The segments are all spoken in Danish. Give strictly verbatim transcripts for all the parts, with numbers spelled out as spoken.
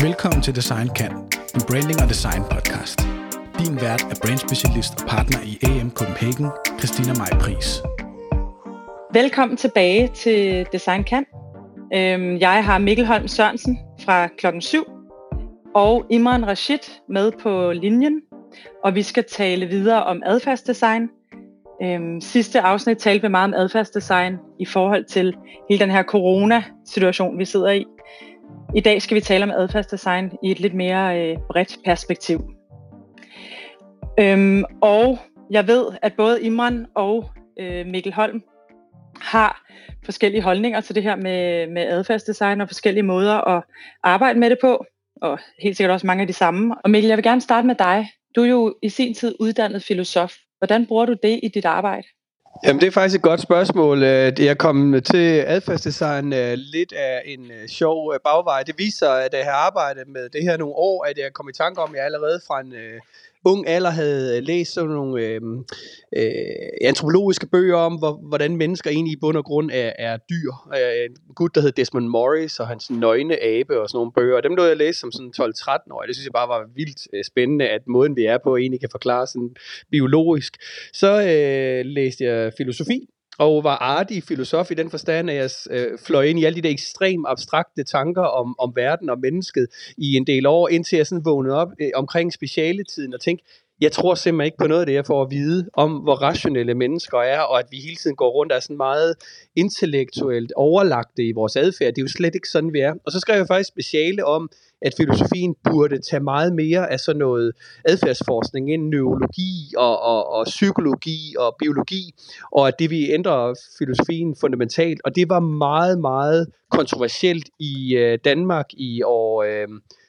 Velkommen til Design Kan, en branding og design podcast. Din vært er brandspecialist og partner i A M Copenhagen, Christina Maj Pris. Velkommen tilbage til Design Kan. Jeg har Mikkel Holm Sørensen fra klokken syv og Imran Rashid med på linjen, og vi skal tale videre om adfærdsdesign. Sidste afsnit talte vi meget om adfærdsdesign i forhold til hele den her corona-situation, vi sidder i. I dag skal vi tale om adfærdsdesign i et lidt mere øh, bredt perspektiv. Øhm, og jeg ved, at både Imran og øh, Mikkel Holm har forskellige holdninger til det her med, med adfærdsdesign og forskellige måder at arbejde med det på. Og helt sikkert også mange af de samme. Og Mikkel, jeg vil gerne starte med dig. Du er jo i sin tid uddannet filosof. Hvordan bruger du det i dit arbejde? Jamen det er faktisk et godt spørgsmål. Jeg kom til adfærdsdesign lidt af en sjov bagvej. Det viser, at jeg har arbejdet med det her nogle år, at jeg kom i tanke om, at jeg allerede fra en uh, ung alder havde læst sådan nogle øh, øh, antropologiske bøger om, hvor, hvordan mennesker egentlig i bund og grund er, er dyr. En gut, der hed Desmond Morris, og hans nøgne abe og sådan nogle bøger. Og dem nåede jeg læse som sådan tolv tretten år. Det synes jeg bare var vildt spændende, at måden vi er på egentlig kan forklare sådan biologisk. Så øh, læste jeg filosofi, og var artig filosof i den forstand, at jeg øh, fløj ind i alle de der ekstremt abstrakte tanker om, om verden og mennesket i en del år, indtil jeg sådan vågnede op øh, omkring specialetiden og tænkte, jeg tror simpelthen ikke på noget af det, jeg får at vide om, hvor rationelle mennesker er, og at vi hele tiden går rundt og er sådan meget intellektuelt overlagte i vores adfærd. Det er jo slet ikke sådan, vi er. Og så skrev jeg faktisk speciale om, at filosofien burde tage meget mere af sådan noget adfærdsforskning ind, neurologi og, og, og psykologi og biologi, og at det vi ændrer filosofien fundamentalt. Og det var meget, meget kontroversielt i øh, Danmark i år øh,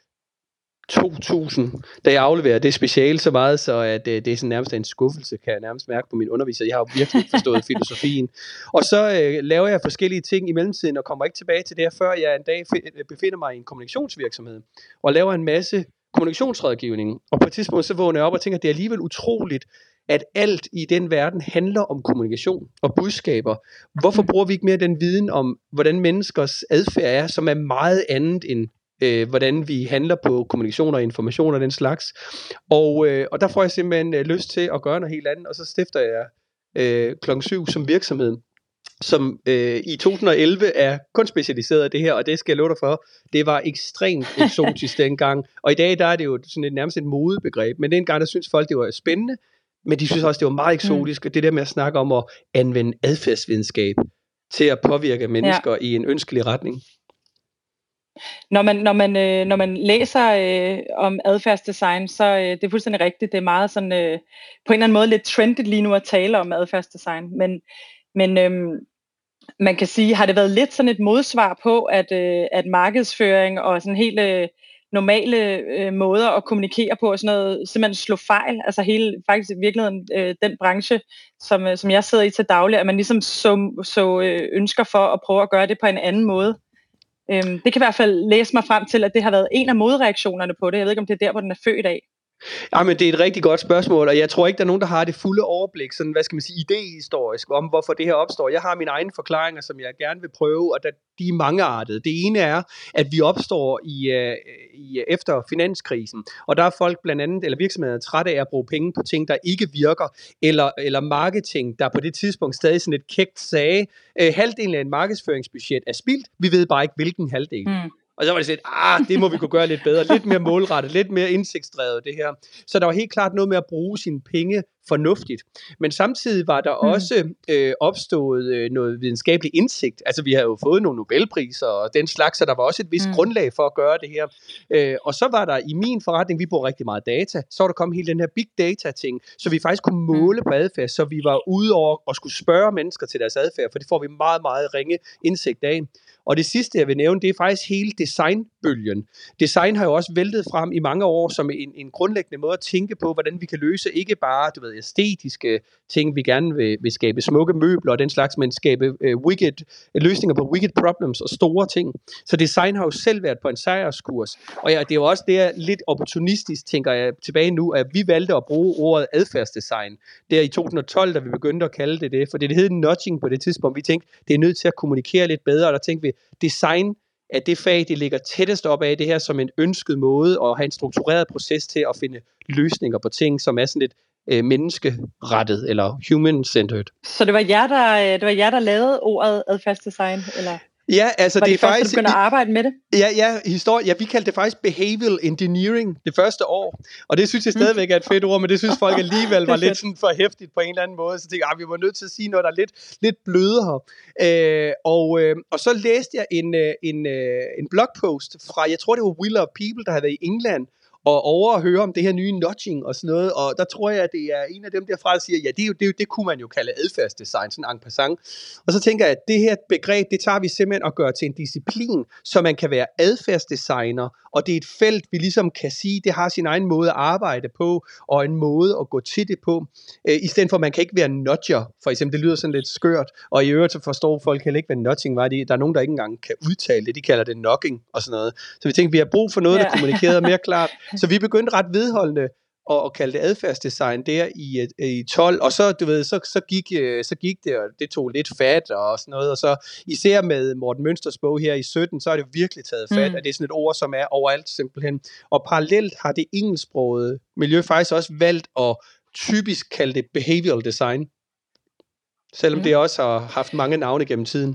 to tusind, da jeg afleverede det speciale så meget, så at det, det er sådan nærmest en skuffelse, kan jeg nærmest mærke på min underviser. Jeg har jo virkelig ikke forstået filosofien. Og så øh, laver jeg forskellige ting i mellemtiden, og kommer ikke tilbage til det her, før jeg en dag befinder mig i en kommunikationsvirksomhed, og laver en masse kommunikationsrådgivning. Og på et tidspunkt så vågner jeg op og tænker, at det er alligevel utroligt, at alt i den verden handler om kommunikation og budskaber. Hvorfor bruger vi ikke mere den viden om, hvordan menneskers adfærd er, som er meget andet end Øh, hvordan vi handler på kommunikation og information og den slags. Og, øh, og der får jeg simpelthen øh, lyst til at gøre noget helt andet, og så stifter jeg øh, klokken syv som virksomhed, som øh, i to tusind og elleve er kun specialiseret af det her, og det skal jeg love dig for, det var ekstremt eksotisk dengang. Og i dag der er det jo sådan et, nærmest et modebegreb, men dengang der synes folk, det var spændende, men de synes også, det var meget eksotisk, mm. det der med at snakke om at anvende adfærdsvidenskab til at påvirke mennesker ja. i en ønskelig retning. Når man, når man, øh, når man læser øh, om adfærdsdesign, så øh, det er fuldstændig rigtigt. Det er meget sådan, øh, på en eller anden måde lidt trendigt lige nu at tale om adfærdsdesign. Men, men øh, man kan sige, har det været lidt sådan et modsvar på, at, øh, at markedsføring og sådan helt øh, normale øh, måder at kommunikere på, og sådan noget, simpelthen slå fejl. Altså hele, faktisk i virkeligheden, øh, den branche, som, øh, som jeg sidder i til daglig, at man ligesom så, så øh, ønsker for at prøve at gøre det på en anden måde. Øhm, det kan i hvert fald læse mig frem til, at det har været en af modreaktionerne på det. Jeg ved ikke, om det er der, hvor den er født af. Ja, men det er et rigtig godt spørgsmål, og jeg tror ikke, der er nogen, der har det fulde overblik, sådan, hvad skal man sige, idehistorisk, om hvorfor det her opstår. Jeg har mine egne forklaringer, som jeg gerne vil prøve, og der, de er mangeartede. Det ene er, at vi opstår i, uh, i efter finanskrisen, og der er folk blandt andet, eller virksomheder, trætte af at bruge penge på ting, der ikke virker, eller, eller marketing, der på det tidspunkt stadig sådan et kægt sagde, uh, halvdelen af et markedsføringsbudget er spildt, vi ved bare ikke, hvilken halvdel. Mm. Og så var det sådan, ah, det må vi kunne gøre lidt bedre, lidt mere målrettet, lidt mere indsigtsdrevet det her. Så der var helt klart noget med at bruge sine penge fornuftigt. Men samtidig var der mm. også øh, opstået øh, noget videnskabelig indsigt. Altså vi har jo fået nogle Nobelpriser og den slags, så der var også et vist mm. grundlag for at gøre det her. Øh, og så var der i min forretning, vi bruger rigtig meget data, så var der kommet hele den her big data ting, så vi faktisk kunne måle på adfærd, så vi var ude over at skulle spørge mennesker til deres adfærd, for det får vi meget, meget ringe indsigt af. Og det sidste, jeg vil nævne, det er faktisk hele designbølgen. Design har jo også væltet frem i mange år som en, en grundlæggende måde at tænke på, hvordan vi kan løse ikke bare, du ved, æstetiske ting, vi gerne vil, vil skabe smukke møbler og den slags, men skabe uh, wicked, løsninger på wicked problems og store ting. Så design har jo selv været på en sejrskurs. Og ja, det er jo også det, jeg lidt opportunistisk tænker jeg tilbage nu, at vi valgte at bruge ordet adfærdsdesign. Det er i to tusind og tolv, da vi begyndte at kalde det det, for det hed nudging på det tidspunkt. Vi tænkte, det er nødt til at kommunikere lidt bedre, og der tænkte vi, design at det fag, det ligger tættest op af det her som en ønsket måde at have en struktureret proces til at finde løsninger på ting, som er sådan lidt øh, menneskerettet eller human-centered. Så det var jer, der, det var jer, der lavede ordet adfærdsdesign, eller? Ja, altså var det, det er første, faktisk... du begyndte at arbejde med det? Ja, ja, historie, ja, vi kaldte det faktisk behavioral engineering det første år, og det synes jeg stadigvæk er et fedt ord, men det synes folk alligevel var lidt sådan for hæftigt på en eller anden måde, så tænkte jeg, vi var nødt til at sige noget, der er lidt, lidt blødere. Øh, og, øh, og så læste jeg en, en, en blogpost fra, jeg tror det var Will of People, der havde været i England, og over at høre om det her nye nudging og sådan noget, og der tror jeg, at det er en af dem derfra, der siger, ja, det, er jo, det, er jo, det kunne man jo kalde adfærdsdesign, sådan en passant. Og så tænker jeg, at det her begreb, det tager vi simpelthen og gør til en disciplin, så man kan være adfærdsdesigner, og det er et felt, vi ligesom kan sige, det har sin egen måde at arbejde på, og en måde at gå til det på, øh, i stedet for, at man kan ikke være nudger, for eksempel, det lyder sådan lidt skørt, og i øvrigt så forstår folk heller ikke, hvad nudging var. Der er nogen, der ikke engang kan udtale det, de kalder det knocking og sådan noget. Så vi tænkte, vi har brug for noget, der kommunikerer mere klart. Så vi begyndte ret vedholdende at, at kalde det adfærdsdesign der i, i tolv, og så, du ved, så, så, gik, så gik det, og det tog lidt fat og sådan noget, og så især med Morten Mønsters bog her i sytten, så er det virkelig taget fat, mm. at det er sådan et ord, som er overalt simpelthen. Og parallelt har det engelsksprogede miljø faktisk også valgt at typisk kalde det behavioral design, selvom mm. det også har haft mange navne gennem tiden.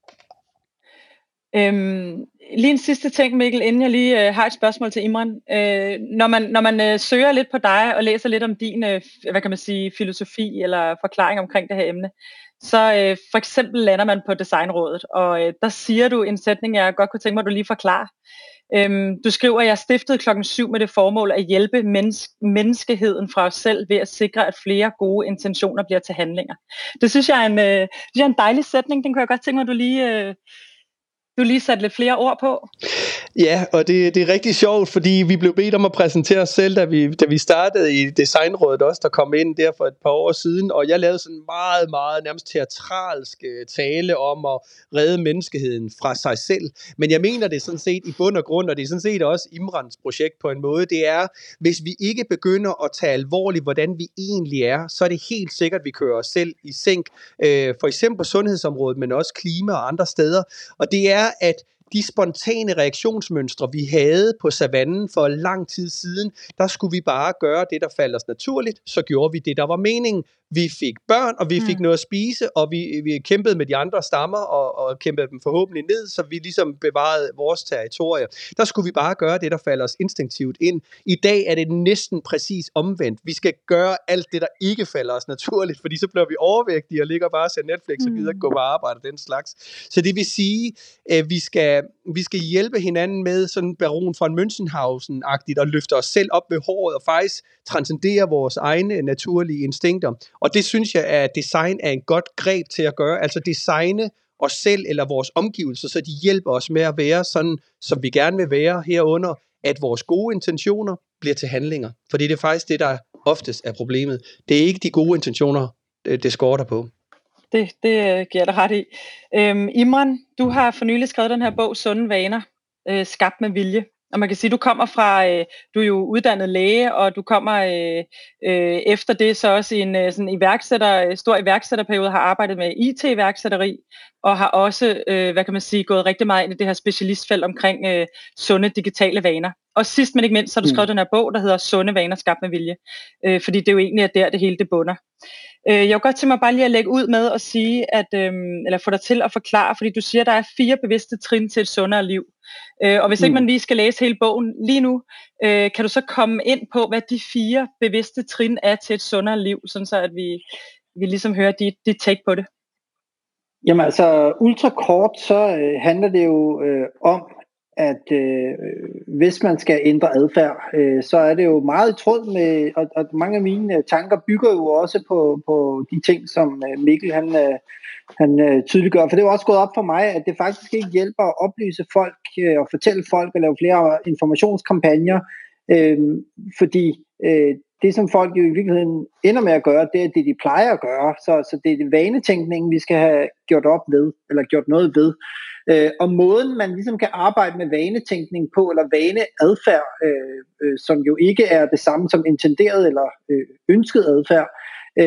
Øhm, lige en sidste ting, Mikkel, inden jeg lige øh, har et spørgsmål til Imran. Øh, når man, når man øh, søger lidt på dig og læser lidt om din, øh, hvad kan man sige, filosofi eller forklaring omkring det her emne, så øh, for eksempel lander man på Designrådet, og øh, der siger du en sætning, jeg godt kunne tænke mig, at du lige forklarer. Øhm, du skriver, at jeg stiftede klokken syv med det formål at hjælpe menneske, menneskeheden fra os selv ved at sikre, at flere gode intentioner bliver til handlinger. Det synes jeg er en, øh, synes jeg er en dejlig sætning, den kunne jeg godt tænke mig, at du lige... Øh, Du lige satte lidt flere ord på. Ja, og det, det er rigtig sjovt, fordi vi blev bedt om at præsentere os selv, da vi, da vi startede i Designrådet også, der kom ind der for et par år siden, og jeg lavede sådan en meget, meget nærmest teatralsk tale om at redde menneskeheden fra sig selv. Men jeg mener det sådan set i bund og grund, og det er sådan set også Imrans projekt på en måde, det er, hvis vi ikke begynder at tage alvorligt, hvordan vi egentlig er, så er det helt sikkert, at vi kører os selv i sænk, øh, for eksempel på sundhedsområdet, men også klima og andre steder, og det er at de spontane reaktionsmønstre, vi havde på savannen for lang tid siden, der skulle vi bare gøre det, der faldt os naturligt, så gjorde vi det, der var meningen. Vi fik børn, og vi fik mm. noget at spise, og vi, vi kæmpede med de andre stammer, og, og kæmpede dem forhåbentlig ned, så vi ligesom bevarede vores territorier. Der skulle vi bare gøre det, der falder os instinktivt ind. I dag er det næsten præcis omvendt. Vi skal gøre alt det, der ikke falder os naturligt, fordi så bliver vi overvægtige og ligger bare og ser Netflix og gider ikke gå på arbejde og den slags. Så det vil sige, at vi skal, vi skal hjælpe hinanden med sådan Baron von Münchhausen-agtigt og løfte os selv op ved håret og faktisk transcendere vores egne naturlige instinkter. Og det synes jeg, at design er en godt greb til at gøre. Altså designe os selv eller vores omgivelser, så de hjælper os med at være sådan, som vi gerne vil være herunder, at vores gode intentioner bliver til handlinger. Fordi det er faktisk det, der oftest er problemet. Det er ikke de gode intentioner, det skorter på. Det, det giver dig ret i. Øhm, Imran, du har for nylig skrevet den her bog, Sunde Vaner, øh, skabt med vilje. Og man kan sige, du kommer fra, øh, du er jo uddannet læge, og du kommer øh, øh, efter det så også i en øh, sådan iværksætter, stor iværksætterperiode, har arbejdet med I T-iværksætteri, og har også, øh, hvad kan man sige, gået rigtig meget ind i det her specialistfelt omkring øh, sunde digitale vaner. Og sidst men ikke mindst, så har du skrevet mm. den her bog, der hedder Sunde Vaner, skabt med vilje. Øh, fordi det er jo egentlig er der, det hele det bunder. Øh, jeg vil godt tænke mig bare lige at lægge ud med at sige, at, øh, eller få dig til at forklare, fordi du siger, at der er fire bevidste trin til et sundere liv. Øh, og hvis ikke man lige skal læse hele bogen lige nu, øh, kan du så komme ind på, hvad de fire bevidste trin er til et sundere liv, sådan så at vi, vi ligesom hører dit, dit take på det. Jamen altså, ultra kort, så øh, handler det jo øh, om, at øh, hvis man skal ændre adfærd, øh, så er det jo meget i tråd med, og, og mange af mine tanker bygger jo også på, på de ting, som øh, Mikkel han, øh, han øh, tydeliggør. For det er jo også gået op for mig, at det faktisk ikke hjælper at oplyse folk øh, og fortælle folk og lave flere informationskampagner, øh, fordi øh, det, som folk jo i virkeligheden ender med at gøre, det er det, de plejer at gøre. Så, så det er det vanetænkning, vi skal have gjort op ved, eller gjort noget ved. Øh, og måden, man ligesom kan arbejde med vanetænkning på, eller vaneadfærd, øh, øh, som jo ikke er det samme som intenderet eller øh, ønsket adfærd, øh,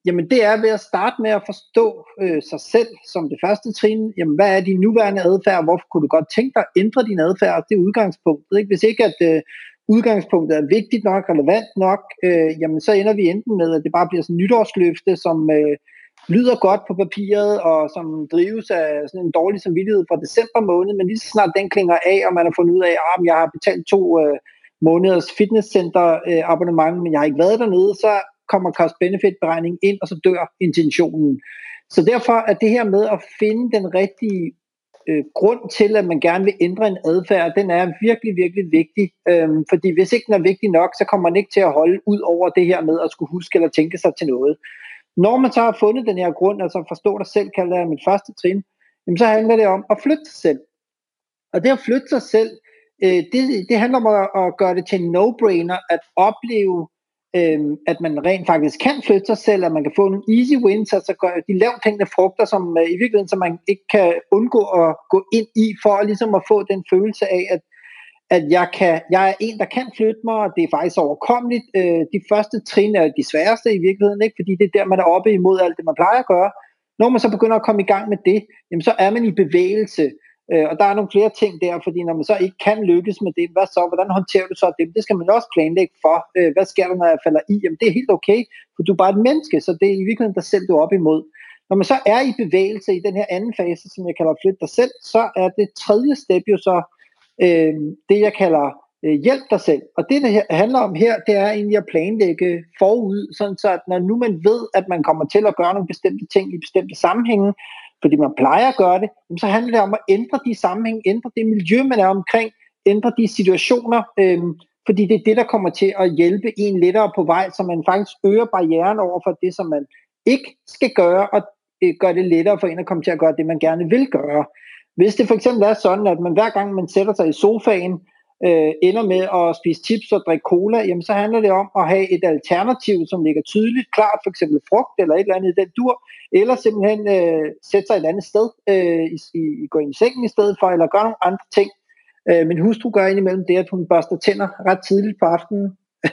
jamen det er ved at starte med at forstå øh, sig selv som det første trin. Jamen hvad er din nuværende adfærd? Hvorfor kunne du godt tænke dig at ændre din adfærd? Det er udgangspunktet. Ikke? Hvis ikke at øh, udgangspunktet er vigtigt nok, relevant nok, øh, jamen så ender vi enten med, at det bare bliver sådan en nytårsløfte, som øh, lyder godt på papiret, og som drives af sådan en dårlig samvittighed fra december måned, men lige så snart den klinger af, og man har fundet ud af, at jeg har betalt to øh, måneders fitnesscenter øh, abonnement, men jeg har ikke været dernede, så kommer cost-benefit-beregningen ind, og så dør intentionen. Så derfor er det her med at finde den rigtige øh, grund til, at man gerne vil ændre en adfærd, den er virkelig, virkelig vigtig. Øhm, fordi hvis ikke den er vigtig nok, så kommer man ikke til at holde ud over det her med at skulle huske eller tænke sig til noget. Når man så har fundet den her grund, altså forstå dig selv, kalder jeg mit første trin, jamen så handler det om at flytte sig selv. Og det at flytte sig selv, øh, det, det handler om at, at gøre det til en no-brainer, at opleve, øh, at man rent faktisk kan flytte sig selv, at man kan få nogle easy wins, altså de lavt hængende frugter, som øh, i virkeligheden, som man ikke kan undgå at gå ind i, for ligesom at få den følelse af, at at jeg, kan, jeg er en, der kan flytte mig, og det er faktisk overkommeligt. Øh, de første trin er de sværeste i virkeligheden, ikke? Fordi det er der, man er oppe imod alt det, man plejer at gøre. Når man så begynder at komme i gang med det, jamen, så er man i bevægelse. Øh, og der er nogle flere ting der, fordi når man så ikke kan lykkes med det, hvad så? Hvordan håndterer du så det? Det skal man også planlægge for. Øh, hvad sker der, når jeg falder i? Jamen, det er helt okay, for du er bare et menneske, så det er i virkeligheden dig selv, du er op imod. Når man så er i bevægelse i den her anden fase, som jeg kalder flytte dig selv, så er det tredje step jo så Øh, det jeg kalder øh, hjælp dig selv. Og det, det handler om her, det er egentlig at planlægge forud, sådan så at når nu man ved, at man kommer til at gøre nogle bestemte ting i bestemte sammenhænge, fordi man plejer at gøre det, så handler det om at ændre de sammenhænge, ændre det miljø, man er omkring, ændre de situationer, øh, fordi det er det, der kommer til at hjælpe en lettere på vej, så man faktisk øger barrieren over for det, som man ikke skal gøre, og øh, gør det lettere for en at komme til at gøre det, man gerne vil gøre. Hvis det for eksempel er sådan, at man hver gang man sætter sig i sofaen, øh, ender med at spise chips og drikke cola, jamen så handler det om at have et alternativ, som ligger tydeligt klart, for eksempel frugt eller et eller andet i den dur, eller simpelthen øh, sætte sig et andet sted, øh, i, i, gå ind i sengen i stedet for, eller gøre nogle andre ting. Øh, min hustru gør indimellem det, at hun børster tænder ret tidligt på aftenen,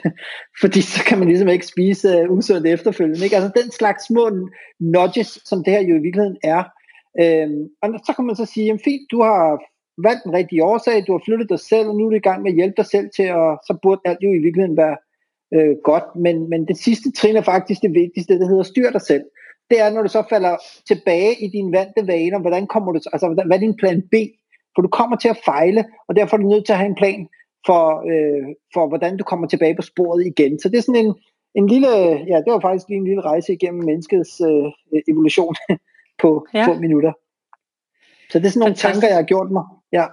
fordi så kan man ligesom ikke spise øh, usundt efterfølgende. Ikke? Altså den slags små nudges, som det her jo i virkeligheden er. Øhm, og så kan man så sige, jamen fint, du har valgt den rigtige årsag, du har flyttet dig selv, og nu er du i gang med at hjælpe dig selv til, at så burde alt jo i virkeligheden være øh, godt, men, men det sidste trin er faktisk det vigtigste, det hedder styr dig selv. Det er, når du så falder tilbage i dine vante vaner, hvordan kommer du, altså hvad er din plan B? For du kommer til at fejle, og derfor er du nødt til at have en plan for, øh, for hvordan du kommer tilbage på sporet igen. Så det er sådan en, en lille, ja det var faktisk lige en lille rejse igennem menneskets øh, evolution, på ja. få minutter. Så det er sådan nogle Fantastisk. tanker, jeg har gjort mig. Ja.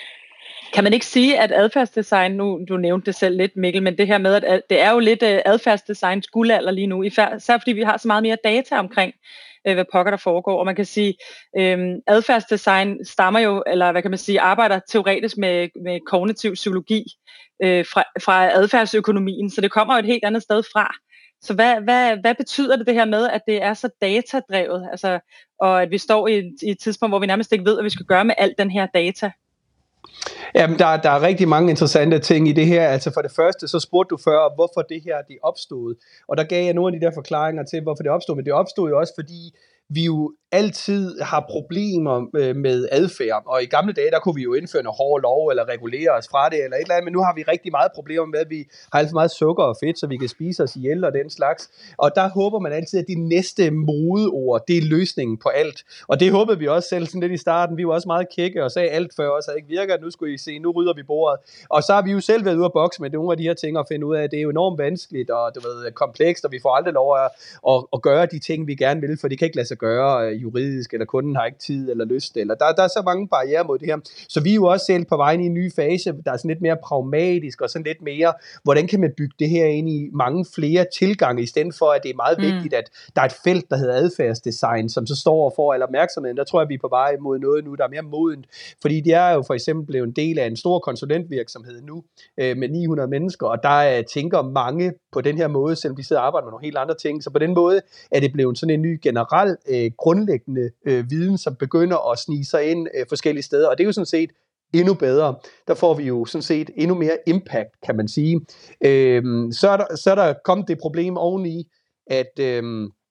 Kan man ikke sige, at adfærdsdesign, nu du nævnte det selv lidt, Mikkel, men det her med, at det er jo lidt adfærdsdesigns guldalder lige nu, især fordi vi har så meget mere data omkring, hvad pokker der foregår, og man kan sige, øhm, adfærdsdesign stammer jo, eller hvad kan man sige, arbejder teoretisk med, med kognitiv psykologi øh, fra, fra adfærdsøkonomien, så det kommer jo et helt andet sted fra. Så hvad, hvad, hvad betyder det det her med, at det er så datadrevet, altså, og at vi står i et, i et tidspunkt, hvor vi nærmest ikke ved, hvad vi skal gøre med al den her data? Jamen, der, der er rigtig mange interessante ting i det her. Altså for det første, så spurgte du før, hvorfor det her det opstod. Og der gav jeg nogle af de der forklaringer til, hvorfor det opstod. Men det opstod jo også, fordi vi jo altid har problemer med adfærd, og i gamle dage, der kunne vi jo indføre noget hård lov, eller regulere os fra det, eller et eller andet, men nu har vi rigtig meget problemer med, at vi har alt for meget sukker og fedt, så vi kan spise os ihjel og den slags, og der håber man altid, at de næste modeord, det er løsningen på alt, og det håbede vi også selv sådan lidt i starten, vi var også meget kække og sagde alt før os, at ikke virker, nu skulle I se, nu rydder vi bordet, og så har vi jo selv været ude at bokse med nogle af de her ting, og finde ud af, at det er jo enormt vanskeligt, og du ved, komplekst, og vi får aldrig lov at, at, at gøre de ting, vi gerne vil, for det kan ikke lade sig gøre juridisk, eller kunden har ikke tid eller lyst, eller der, der er så mange barrierer mod det her. Så vi er jo også selv på vej i en ny fase, der er sådan lidt mere pragmatisk, og sådan lidt mere, hvordan kan man bygge det her ind i mange flere tilgange, i stedet for, at det er meget mm. vigtigt, at der er et felt, der hedder adfærdsdesign, som så står for al opmærksomheden. Der tror jeg, vi er på vej mod noget nu, der er mere modent, fordi det er jo for eksempel blevet en del af en stor konsulentvirksomhed nu, øh, med ni hundrede mennesker, og der øh, tænker mange på den her måde, selvom de sidder og arbejder med nogle helt andre ting. Så på den måde er det blevet sådan en ny generel øh, grundlæggende øh, viden, som begynder at snige sig ind øh, forskellige steder, og det er jo sådan set endnu bedre. Der får vi jo sådan set endnu mere impact, kan man sige. Øh, så, er der, så er der kommet det problem oveni, at øh,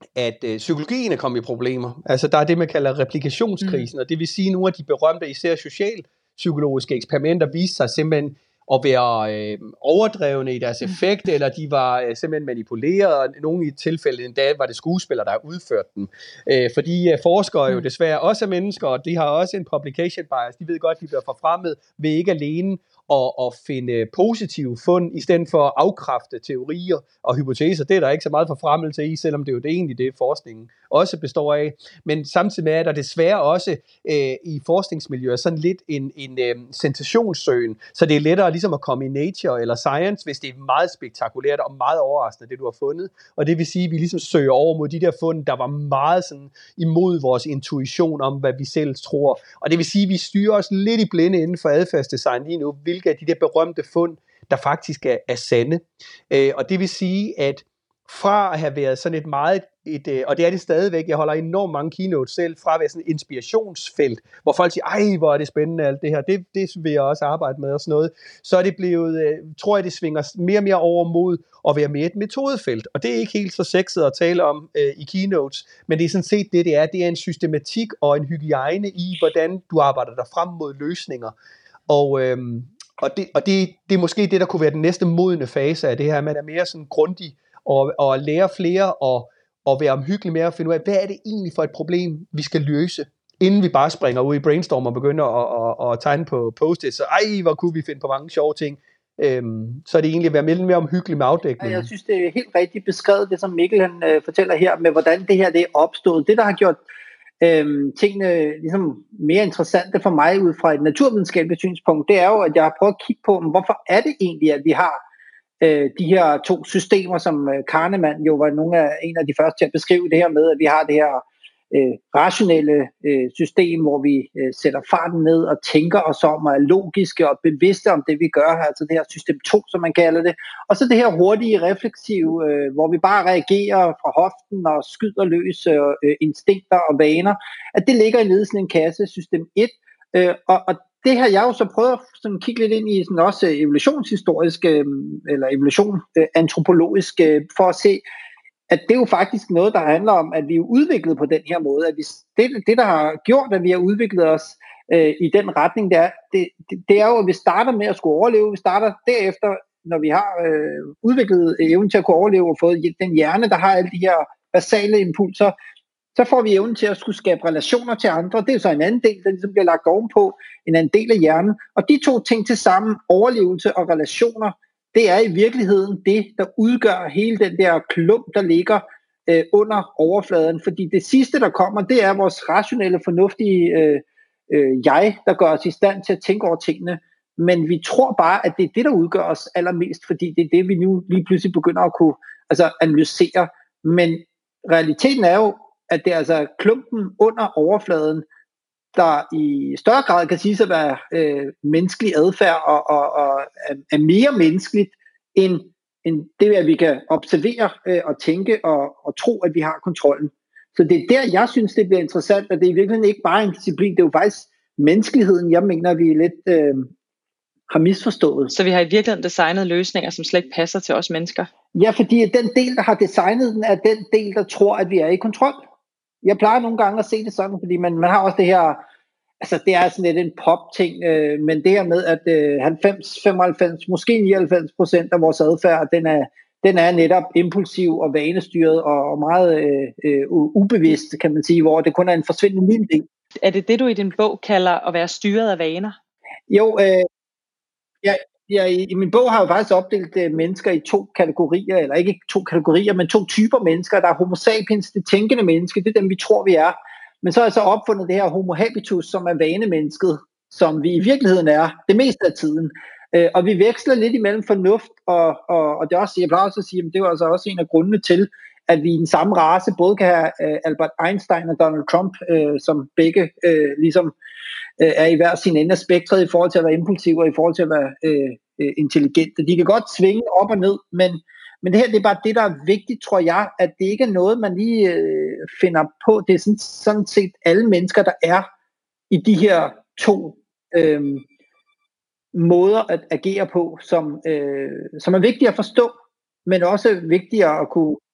at øh, psykologien er kommet i problemer. Altså der er det, man kalder replikationskrisen, mm. og det vil sige, at nogle af de berømte, især socialpsykologiske eksperimenter, viste sig simpelthen at være øh, overdrevne i deres effekt, eller de var øh, simpelthen manipuleret, og nogle i tilfælde endda var det skuespillere, der har udført dem. Øh, fordi øh, forskere jo desværre også er mennesker, og de har også en publication bias. De ved godt, de bliver forfremmet ved ikke alene og, og finde positive fund, i stedet for at afkræfte teorier og hypoteser. Det er der ikke så meget forfremmelse i, selvom det er jo det egentlig det, forskningen også består af. Men samtidig med, at der desværre også øh, i forskningsmiljøer sådan lidt en, en øh, sensationssøgen, så det er lettere ligesom at komme i Nature eller Science, hvis det er meget spektakulært og meget overraskende, det du har fundet. Og det vil sige, at vi ligesom søger over mod de der fund, der var meget sådan imod vores intuition om, hvad vi selv tror. Og det vil sige, at vi styrer os lidt i blinde inden for adfærdsdesign lige nu, hvilke af de der berømte fund, der faktisk er, er sande. Øh, og det vil sige, at fra at have været sådan et meget, et, øh, og det er det stadigvæk, jeg holder enormt mange keynotes selv, fra at være sådan et inspirationsfelt, hvor folk siger, ej, hvor er det spændende alt det her, det, det vil jeg også arbejde med og sådan noget, så er det blevet, øh, tror jeg, det svinger mere og mere over mod at være mere et metodefelt, og det er ikke helt så sexet at tale om øh, i keynotes, men det er sådan set det, det er, det er en systematik og en hygiejne i, hvordan du arbejder dig frem mod løsninger. Og, øhm, og, det, og det, det er måske det, der kunne være den næste modne fase af det her, man er mere sådan grundig og, og lære flere og, og være omhyggelig med at finde ud af, hvad er det egentlig for et problem, vi skal løse, inden vi bare springer ud i brainstorm og begynder at, at, at tegne på post-it, så ej, hvor kunne vi finde på mange sjove ting. Øhm, så er det egentlig at være mere omhyggelig med afdækningen. Jeg synes, det er helt rigtigt beskrevet, det som Mikkel han, øh, fortæller her, med hvordan det her det er opstået. Det, der har gjort Øhm, tingene ligesom mere interessante for mig ud fra et naturvidenskabeligt synspunkt, det er jo, at jeg har prøvet at kigge på, hvorfor er det egentlig, at vi har øh, de her to systemer, som øh, Kahneman jo var nogle af, en af de første til at beskrive det her med, at vi har det her øh, rationelle øh, system, hvor vi øh, sætter farten ned og tænker os om og er logiske og bevidste om det, vi gør her, altså det her system to, som man kalder det, og så det her hurtige, refleksive, øh, hvor vi bare reagerer fra hoften og skyder løs øh, instinkter og vaner, at det ligger i ledelsen en kasse, system et, øh, og, og det har jeg jo så prøvet at kigge lidt ind i sådan også evolutionshistorisk, øh, eller evolution øh, antropologisk, øh, for at se, at det er jo faktisk noget, der handler om, at vi er udviklet på den her måde. At vi, det, det, der har gjort, at vi har udviklet os øh, i den retning, det er, det, det, det er jo, at vi starter med at skulle overleve. Vi starter derefter, når vi har øh, udviklet evnen til at kunne overleve og fået den hjerne, der har alle de her basale impulser, så får vi evnen til at skulle skabe relationer til andre. Det er så en anden del, der ligesom bliver lagt ovenpå, en anden del af hjernen. Og de to ting til sammen, overlevelse og relationer, det er i virkeligheden det, der udgør hele den der klump, der ligger øh, under overfladen. Fordi det sidste, der kommer, det er vores rationelle, fornuftige øh, øh, jeg, der gør os i stand til at tænke over tingene. Men vi tror bare, at det er det, der udgør os allermest, fordi det er det, vi nu lige pludselig begynder at kunne altså, analysere. Men realiteten er jo, at det er altså klumpen under overfladen, der i større grad kan siges at være øh, menneskelig adfærd og, og, og er mere menneskeligt end, end det, at vi kan observere øh, og tænke og, og tro, at vi har kontrollen. Så det er der, jeg synes, det bliver interessant, at det er i virkeligheden ikke bare en disciplin, det er jo faktisk menneskeligheden, jeg mener, vi lidt øh, har misforstået. Så vi har i virkeligheden designet løsninger, som slet ikke passer til os mennesker? Ja, fordi den del, der har designet den, er den del, der tror, at vi er i kontrol. Jeg plejer nogle gange at se det sådan, fordi man, man har også det her, altså det er sådan lidt en pop-ting, øh, men det her med, at øh, halvfems, femoghalvfems, måske nioghalvfems procent af vores adfærd, den er, den er netop impulsiv og vanestyret og, og meget øh, øh, ubevidst, kan man sige, hvor det kun er en forsvindende lille del. Er det det, du i din bog kalder at være styret af vaner? Jo, øh, jeg, jeg, i min bog har jeg faktisk opdelt øh, mennesker i to kategorier, eller ikke to kategorier, men to typer mennesker. Der er homo sapiens, det tænkende menneske, det er dem, vi tror, vi er. Men så har jeg så opfundet det her homo habitus, som er vanemennesket, som vi i virkeligheden er det meste af tiden. Øh, og vi veksler lidt imellem fornuft, og, og, og det er også, jeg plejer også at sige, at det er altså også en af grundene til, at vi i den samme race både kan have øh, Albert Einstein og Donald Trump, øh, som begge øh, ligesom øh, er i hver sin ende af spektret i forhold til at være impulsive og i forhold til at være øh, øh, intelligente. De kan godt svinge op og ned, men Men det her, det er bare det, der er vigtigt, tror jeg, at det ikke er noget, man lige øh, finder på. Det er sådan, sådan set alle mennesker, der er i de her to øh, måder at agere på, som, øh, som er vigtige at forstå, men også vigtigere at kunne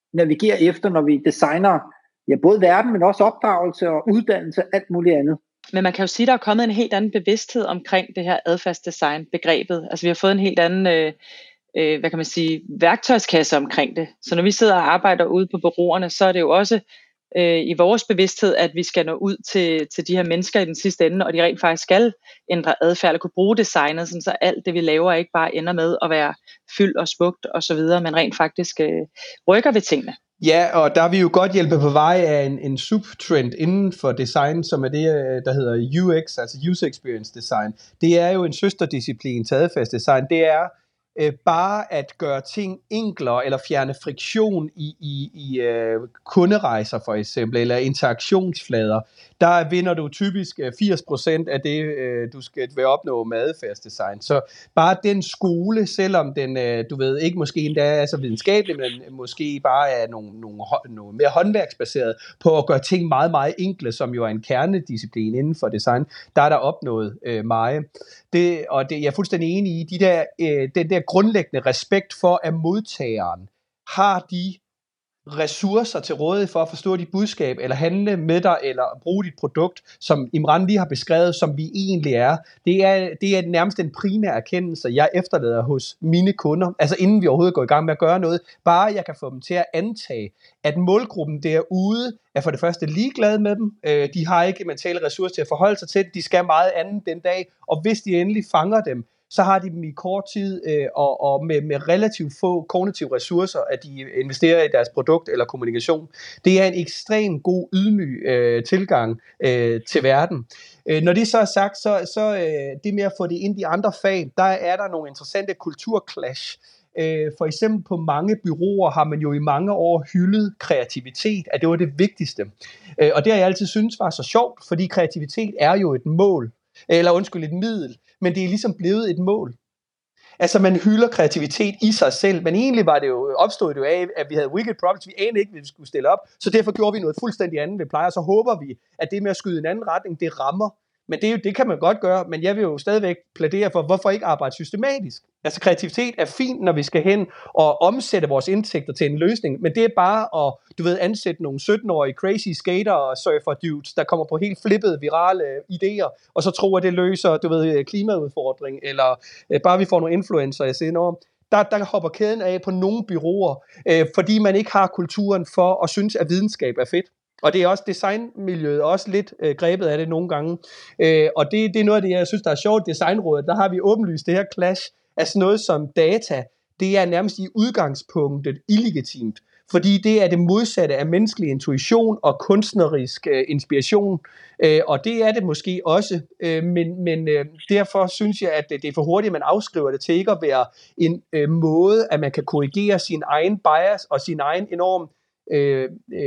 navigerer efter, når vi designer ja, både verden, men også opdragelse og uddannelse, alt muligt andet. Men man kan jo sige, at der er kommet en helt anden bevidsthed omkring det her adfærdsdesign begrebet. Altså vi har fået en helt anden øh, øh, hvad kan man sige, værktøjskasse omkring det. Så når vi sidder og arbejder ude på bureauerne, så er det jo også øh, i vores bevidsthed, at vi skal nå ud til, til de her mennesker i den sidste ende, og de rent faktisk skal ændre adfærd, eller kunne bruge designet, sådan så alt det vi laver ikke bare ender med at være fyldt og smukt og så videre, men rent faktisk øh, rykker ved tingene. Ja, og der er vi jo godt hjælpet på vej af en, en subtrend inden for design, som er det, der hedder U X, altså User Experience Design. Det er jo en søsterdisciplin til adfærdsdesign. Det er øh, bare at gøre ting enklere, eller fjerne friktion i, i, i øh, kunderejser for eksempel, eller interaktionsflader. Der vinder du typisk firs procent af det, øh, du skal vil opnå med adfærdsdesign. Så bare den skole, selvom den, øh, du ved, ikke måske endda er så videnskabelig, men måske bare er nogle, nogle, nogle mere håndværksbaseret på at gøre ting meget, meget enkle, som jo er en kernedisciplin inden for design, der er der opnået øh, meget. Det, og det, jeg er fuldstændig enig i, de der, øh, den der grundlæggende respekt for, at modtageren har de ressourcer til rådighed for at forstå dit budskab, eller handle med dig, eller bruge dit produkt, som Imran lige har beskrevet, som vi egentlig er. Det er, det er nærmest den primære erkendelse, jeg efterlader hos mine kunder, altså inden vi overhovedet går i gang med at gøre noget, bare jeg kan få dem til at antage, at målgruppen derude er for det første ligeglade med dem, de har ikke mentale ressourcer til at forholde sig til det, de skal meget andet den dag, og hvis de endelig fanger dem, så har de dem i kort tid øh, og, og med, med relativt få kognitive ressourcer, at de investerer i deres produkt eller kommunikation. Det er en ekstremt god ydmyg øh, tilgang øh, til verden. Øh, når det så er sagt, så, så øh, det med at få det ind i andre fag, der er der nogle interessante kulturclash. Øh, for eksempel på mange bureauer har man jo i mange år hyldet kreativitet, at det var det vigtigste. Øh, og det har jeg altid syntes var så sjovt, fordi kreativitet er jo et mål, eller undskyld, et middel, men det er ligesom blevet et mål. Altså man hylder kreativitet i sig selv, men egentlig var det jo, opstod det jo af, at vi havde wicked problems, vi anede ikke, hvad vi skulle stille op, så derfor gjorde vi noget fuldstændig andet, vi plejer, og så håber vi, at det med at skyde en anden retning, det rammer. Men det, er jo, det kan man godt gøre, men jeg vil jo stadigvæk plædere for, hvorfor ikke arbejde systematisk? Altså kreativitet er fint, når vi skal hen og omsætte vores indtægter til en løsning, men det er bare at, du ved, ansætte nogle sytten-årige crazy skater og surfer dudes, der kommer på helt flippede, virale idéer, og så tror at det løser, du ved, klimaudfordring, eller øh, bare vi får nogle influencer, jeg siger noget. Der, der hopper kæden af på nogle bureauer, øh, fordi man ikke har kulturen for at synes, at videnskab er fedt. Og det er også designmiljøet også lidt øh, grebet af det nogle gange. Øh, og det, det er noget af det, jeg synes, der er sjovt. Designrådet, der har vi åbenlyst det her clash af sådan noget som data. Det er nærmest i udgangspunktet illegitimt. Fordi det er det modsatte af menneskelig intuition og kunstnerisk øh, inspiration. Øh, og det er det måske også. Øh, men men øh, derfor synes jeg, at det er for hurtigt, at man afskriver det til ikke at være en øh, måde, at man kan korrigere sin egen bias og sin egen enorm Øh,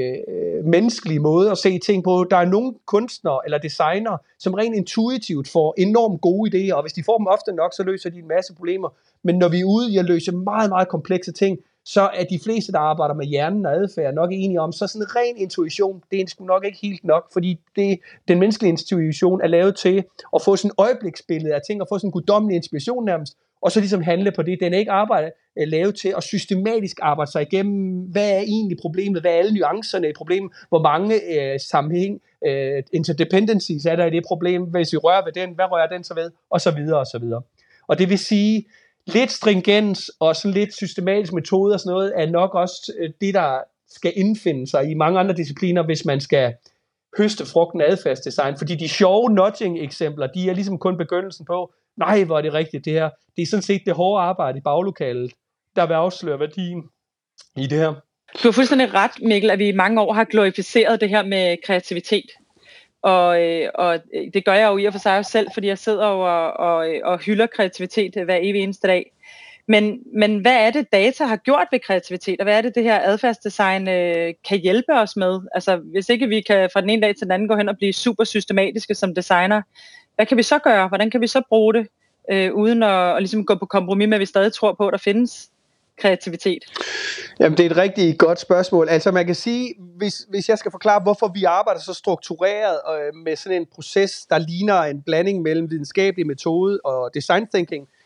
øh, menneskelige måde at se ting på. Der er nogle kunstnere eller designere, som rent intuitivt får enormt gode idéer, og hvis de får dem ofte nok, så løser de en masse problemer. Men når vi er ude i at løse meget, meget komplekse ting, så er de fleste, der arbejder med hjernen og adfærd, nok enige om, så sådan en ren intuition, det er sgu nok ikke helt nok, fordi det, den menneskelige intuition er lavet til at få sådan et øjebliksbillede af ting, og få sådan en guddommelig inspiration nærmest, og så ligesom handle på det. Den er ikke arbejde, er lavet til at systematisk arbejde sig igennem, hvad er egentlig problemet, hvad er alle nuancerne i problemet, hvor mange øh, sammenhæng, øh, interdependencies er der i det problem, hvis vi rører ved den, hvad rører den så ved, og så videre, og så videre. Og det vil sige, lidt stringens og sådan lidt systematisk metode og sådan noget, er nok også det, der skal indfinde sig i mange andre discipliner, hvis man skal høste frugten af adfærdsdesign. Fordi de sjove nudging-eksempler, de er ligesom kun begyndelsen på, nej, hvor er det rigtigt det her. Det er sådan set det hårde arbejde i baglokalet, der vil afsløre værdien i det her. Du har fuldstændig ret, Mikkel, at vi i mange år har glorificeret det her med kreativitet. Og, og det gør jeg jo i og for sig selv, fordi jeg sidder og, og, og hylder kreativitet hver evig eneste dag. Men, men hvad er det, data har gjort ved kreativitet, og hvad er det, det her adfærdsdesign øh, kan hjælpe os med? Altså, hvis ikke vi kan fra den ene dag til den anden gå hen og blive super systematiske som designer, hvad kan vi så gøre? Hvordan kan vi så bruge det, øh, uden at, at ligesom gå på kompromis med, at vi stadig tror på, at der findes kreativitet? Jamen, det er et rigtig godt spørgsmål. Altså, man kan sige, hvis, hvis jeg skal forklare, hvorfor vi arbejder så struktureret øh, med sådan en proces, der ligner en blanding mellem videnskabelig metode og design thinking,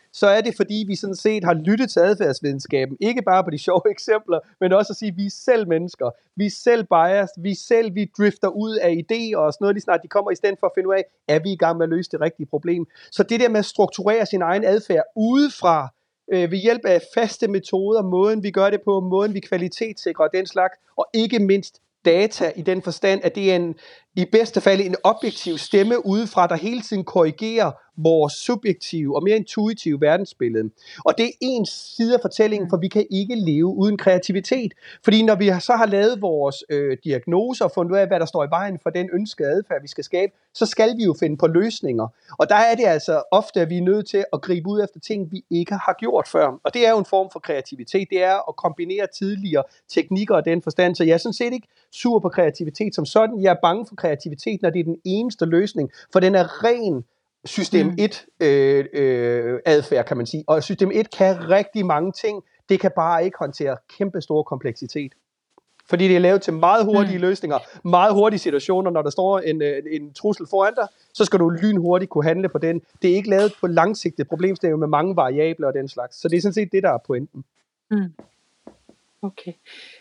så er det fordi, vi sådan set har lyttet til adfærdsvidenskaben, ikke bare på de sjove eksempler, men også at sige, at vi er selv mennesker, vi er selv biased, vi er selv, vi drifter ud af idéer og sådan noget, lige snart de kommer i stedet for at finde ud af, er vi i gang med at løse det rigtige problem. Så det der med at strukturere sin egen adfærd udefra, øh, ved hjælp af faste metoder, måden vi gør det på, måden vi kvalitetssikrer den slags, og ikke mindst data i den forstand, at det er en, i bedste fald en objektiv stemme udefra, der hele tiden korrigerer vores subjektive og mere intuitive verdensbillede. Og det er en side af fortællingen, for vi kan ikke leve uden kreativitet. Fordi når vi så har lavet vores øh, diagnoser og fundet ud af, hvad der står i vejen for den ønskede adfærd, vi skal skabe, så skal vi jo finde på løsninger. Og der er det altså ofte, at vi er nødt til at gribe ud efter ting, vi ikke har gjort før. Og det er jo en form for kreativitet. Det er at kombinere tidligere teknikker og den forstand. Så jeg er sådan set ikke sur på kreativitet som sådan. Jeg er bange for kreativitet, når det er den eneste løsning. For den er ren system et øh, øh, adfærd, kan man sige. Og system et kan rigtig mange ting. Det kan bare ikke håndtere kæmpe store kompleksitet. Fordi det er lavet til meget hurtige mm. løsninger, meget hurtige situationer. Når der står en, en trussel foran dig, så skal du lynhurtigt kunne handle på den. Det er ikke lavet på langsigtede problemstillinger med mange variabler og den slags. Så det er sådan set det, der er pointen. Mm. Okay.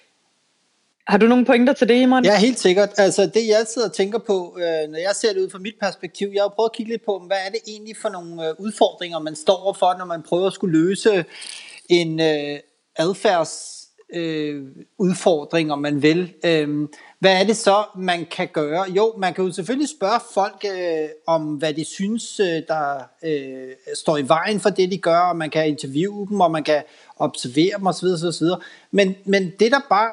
Har du nogle pointer til det, Imran? Ja, helt sikkert. Altså det, jeg sidder og tænker på, øh, når jeg ser det ud fra mit perspektiv, jeg har prøvet at kigge lidt på, hvad er det egentlig for nogle øh, udfordringer, man står overfor, når man prøver at skulle løse en øh, adfærds øh, udfordring, om man vil. Øh, hvad er det så, man kan gøre? Jo, man kan jo selvfølgelig spørge folk øh, om, hvad de synes, øh, der øh, står i vejen for det, de gør, og man kan interviewe dem, og man kan observere dem osv. osv. Men, men det der bare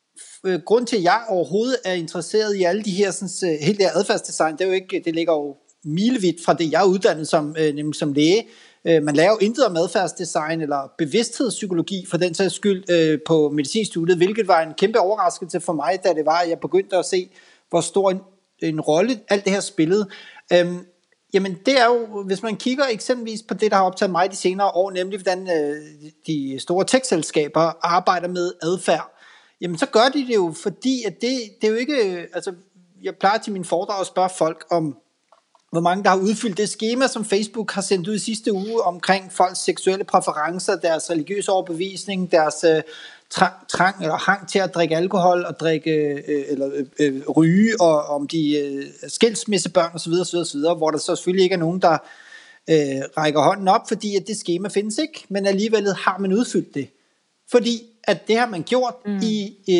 grund til, at jeg overhovedet er interesseret i alle de her, sådan, hele det her adfærdsdesign, det er jo ikke, det ligger jo milevidt fra det, jeg er uddannet som, øh, nemlig som læge. Øh, man laver jo intet om adfærdsdesign eller bevidsthedspsykologi for den sags skyld øh, på medicinstudiet, hvilket var en kæmpe overraskelse for mig, da det var, at jeg begyndte at se, hvor stor en, en rolle alt det her spillede. Øh, jamen det er jo, hvis man kigger eksempelvis på det, der har optaget mig de senere år, nemlig hvordan øh, de store tech-selskaber arbejder med adfærd, jamen så gør de det jo, fordi at det, det er jo ikke, altså jeg plejer til mine foredrag at spørge folk om, hvor mange der har udfyldt det skema, som Facebook har sendt ud i sidste uge omkring folks seksuelle præferencer, deres religiøse overbevisning, deres øh, trang, trang eller hang til at drikke alkohol og drikke øh, eller øh, øh, ryge, og om de øh, skilsmissebørn osv., osv., osv., hvor der så selvfølgelig ikke er nogen, der øh, rækker hånden op, fordi at det skema findes ikke, men alligevel har man udfyldt det. Fordi at det har man gjort mm. i, i,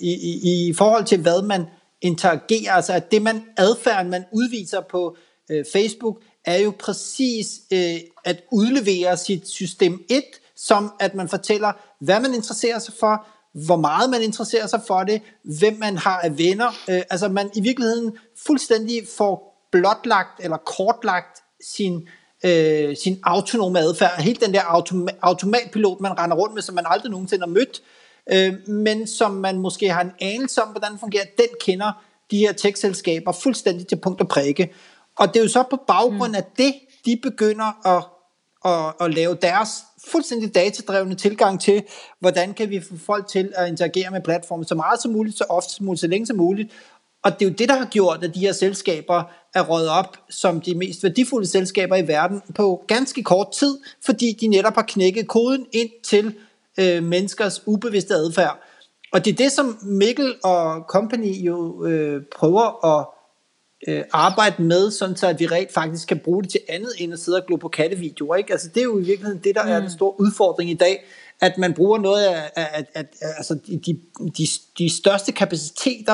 i, i forhold til, hvad man interagerer, altså at det man adfærden, man udviser på øh, Facebook, er jo præcis øh, at udlevere sit system et, som at man fortæller, hvad man interesserer sig for, hvor meget man interesserer sig for det, hvem man har af venner, øh, altså man i virkeligheden fuldstændig får blotlagt eller kortlagt sin Øh, sin autonome adfærd, helt den der automa- automatpilot, man render rundt med, som man aldrig nogensinde har mødt, øh, men som man måske har en anelse om, hvordan det fungerer, den kender de her tech-selskaber fuldstændig til punkt og prikke. Og det er jo så på baggrund af det, de begynder at, at, at lave deres fuldstændig datadrevne tilgang til, hvordan kan vi få folk til at interagere med platformen så meget som muligt, så ofte som muligt, så længe som muligt. Og det er jo det, der har gjort, at de her selskaber er røget op som de mest værdifulde selskaber i verden på ganske kort tid, fordi de netop har knækket koden ind til øh, menneskers ubevidste adfærd. Og det er det, som Mikkel og company jo øh, prøver at øh, arbejde med, sådan så at vi rent faktisk kan bruge det til andet end at sidde og glo på kattevideoer. Ikke? Altså, det er jo i virkeligheden det, der mm. er den store udfordring i dag, at man bruger noget af, af, af, af altså de, de, de største kapaciteter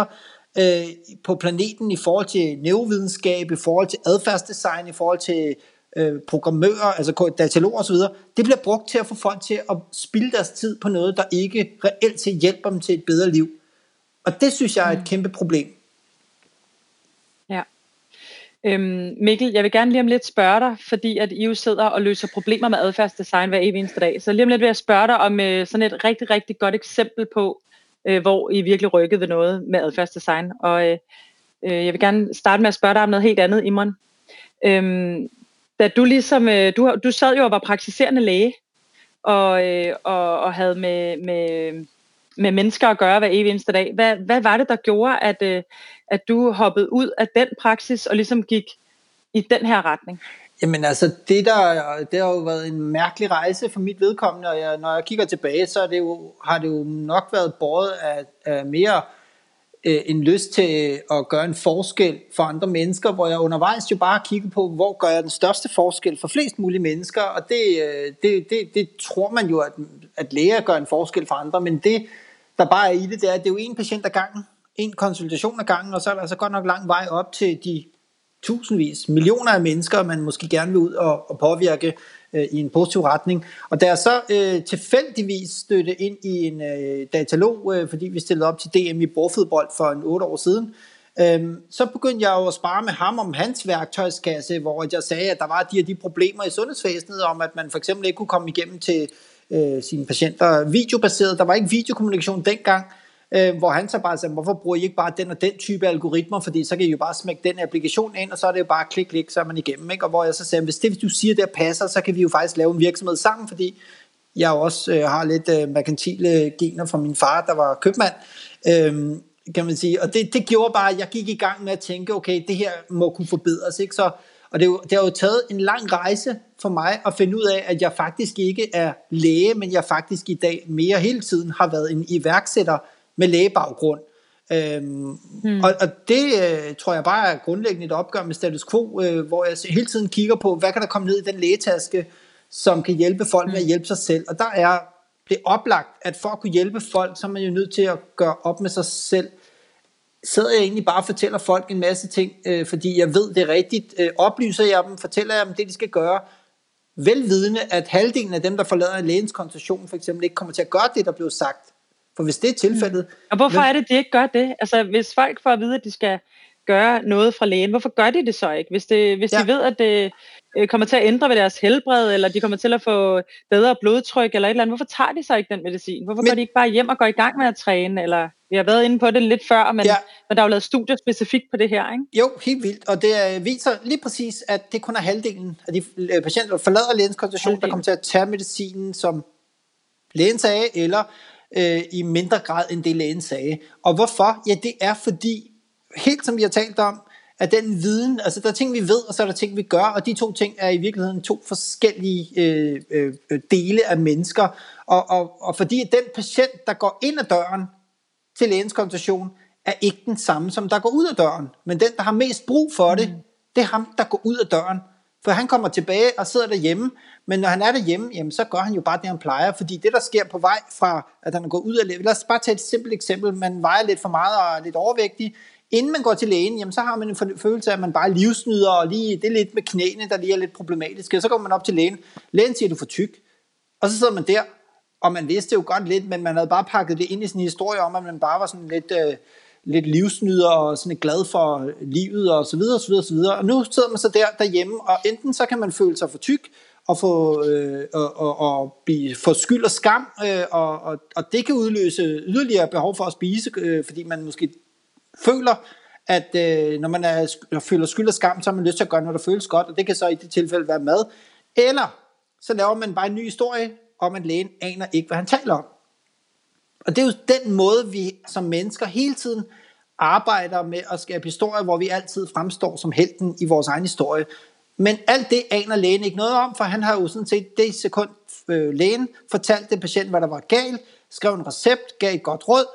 på planeten i forhold til neurovidenskab, i forhold til adfærdsdesign, i forhold til øh, programmører, altså dataloger osv., det bliver brugt til at få folk til at spilde deres tid på noget, der ikke reelt set hjælper dem til et bedre liv. Og det synes jeg er et kæmpe problem. Ja. Øhm, Mikkel, jeg vil gerne lige om lidt spørge dig, fordi at I jo sidder og løser problemer med adfærdsdesign hver evig eneste dag. Så lige om lidt vil jeg spørge dig om øh, sådan et rigtig, rigtig godt eksempel på, Øh, hvor I virkelig rykkede ved noget med adfærdsdesign. Og øh, øh, jeg vil gerne starte med at spørge dig om noget helt andet, Imran. Øhm, da du ligesom, øh, du, du sad jo og var praktiserende læge, og, øh, og, og havde med, med, med mennesker at gøre hver evig eneste dag. Hvad, hvad var det, der gjorde, at, øh, at du hoppede ud af den praksis, og ligesom gik i den her retning? Jamen altså, det, der, det har jo været en mærkelig rejse for mit vedkommende, og jeg, når jeg kigger tilbage, så er det jo, har det jo nok været båret af, af mere øh, en lyst til at gøre en forskel for andre mennesker, hvor jeg undervejs jo bare kigger på, hvor gør jeg den største forskel for flest mulige mennesker, og det, det, det, det tror man jo, at, at læger gør en forskel for andre, men det, der bare er i det, det er, at det er jo en patient ad gangen, en konsultation ad gangen, og så er der altså godt nok lang vej op til de tusindvis, millioner af mennesker, man måske gerne vil ud og, og påvirke øh, i en positiv retning. Og da jeg så øh, tilfældigvis stødte ind i en øh, datalog, øh, fordi vi stillede op til D M i bordfodbold for en otte år siden, øh, så begyndte jeg jo at spare med ham om hans værktøjskasse, hvor jeg sagde, at der var de her de problemer i sundhedsvæsenet, om at man for eksempel ikke kunne komme igennem til øh, sine patienter videobaseret. Der var ikke videokommunikation dengang. Øh, hvor han så bare sagde, hvorfor bruger I ikke bare den og den type algoritmer, fordi så kan I jo bare smække den applikation ind, og så er det jo bare klik, klik, så er man igennem, ikke? Og hvor jeg så sagde, hvis det du siger der passer, så kan vi jo faktisk lave en virksomhed sammen, fordi jeg også øh, har lidt øh, merkantile gener fra min far, der var købmand, øh, kan man sige, og det, det gjorde bare, at jeg gik i gang med at tænke, okay, det her må kunne forbedres, ikke? Så, og det, jo, det har jo taget en lang rejse for mig at finde ud af, at jeg faktisk ikke er læge, men jeg faktisk i dag mere hele tiden har været en iværksætter med lægebaggrund. Øhm, hmm. og, og det øh, tror jeg bare er grundlæggende et opgør med status quo, øh, hvor jeg hele tiden kigger på, hvad kan der komme ned i den lægetaske, som kan hjælpe folk hmm. med at hjælpe sig selv. Og der er det oplagt, at for at kunne hjælpe folk, så er man jo nødt til at gøre op med sig selv. Sidder jeg egentlig bare og fortæller folk en masse ting, øh, fordi jeg ved det er rigtigt, øh, oplyser jeg dem, fortæller jeg dem det, de skal gøre, velvidende, at halvdelen af dem, der forlader en lægens konsultation, for eksempel ikke kommer til at gøre det, der blev sagt. For hvis det er tilfældet... Mm. Og hvorfor er det, de ikke gør det? Altså, hvis folk får at vide, at de skal gøre noget fra lægen, hvorfor gør de det så ikke? Hvis, det, hvis ja. de ved, at det kommer til at ændre ved deres helbred, eller de kommer til at få bedre blodtryk, eller et eller andet, hvorfor tager de så ikke den medicin? Hvorfor men, går de ikke bare hjem og går i gang med at træne? Eller, vi har været inde på det lidt før, men, ja. men der er jo lavet studier specifikt på det her, ikke? Jo, helt vildt. Og det viser lige præcis, at det kun er halvdelen af de patienter, der forlader lægens konsultation, halvdelen. der kommer til at tage medicinen, som lægen sagde, eller øh, i mindre grad end det lægen sagde. Og hvorfor? Ja, det er fordi, helt som vi har talt om, at den viden, altså der er ting vi ved, og så er der ting vi gør, og de to ting er i virkeligheden to forskellige øh, øh, dele af mennesker, og, og, og fordi den patient, der går ind ad døren til lægens konsultation, er ikke den samme, som der går ud af døren, men den, der har mest brug for det, det er ham, der går ud af døren, for han kommer tilbage og sidder derhjemme, men når han er derhjemme, jamen, så gør han jo bare det, han plejer, fordi det, der sker på vej fra, at han er gået ud af lægen, lad os bare tage et simpelt eksempel, man vejer lidt for meget og er lidt overvægtig, inden man går til lægen, jamen, så har man en følelse af, at man bare livsnyder, og lige, det er lidt med knæene, der lige er lidt problematisk, og så går man op til lægen, lægen siger, du er for tyk, og så sidder man der, og man vidste jo godt lidt, men man havde bare pakket det ind i sin historie om, at man bare var sådan lidt, øh, lidt livsnyder, og sådan lidt glad for livet, og så videre, og så videre, og så videre, og nu sidder man så der derhjemme, og enten så kan man føle sig for tyk, og få, øh, og, og, og blive, få skyld og skam, øh, og, og, og det kan udløse yderligere behov for at spise, øh, fordi man måske føler, at øh, når man er, føler skyld og skam, så har man lyst til at gøre noget, der føles godt, og det kan så i det tilfælde være mad. Eller så laver man bare en ny historie om, at lægen aner ikke, hvad han taler om. Og det er jo den måde, vi som mennesker hele tiden arbejder med at skabe historier, hvor vi altid fremstår som helten i vores egen historie. Men alt det aner lægen ikke noget om, for han har jo sådan set det sekund, øh, lægen fortalte den patient, hvad der var galt, skrev en recept, gav et godt råd,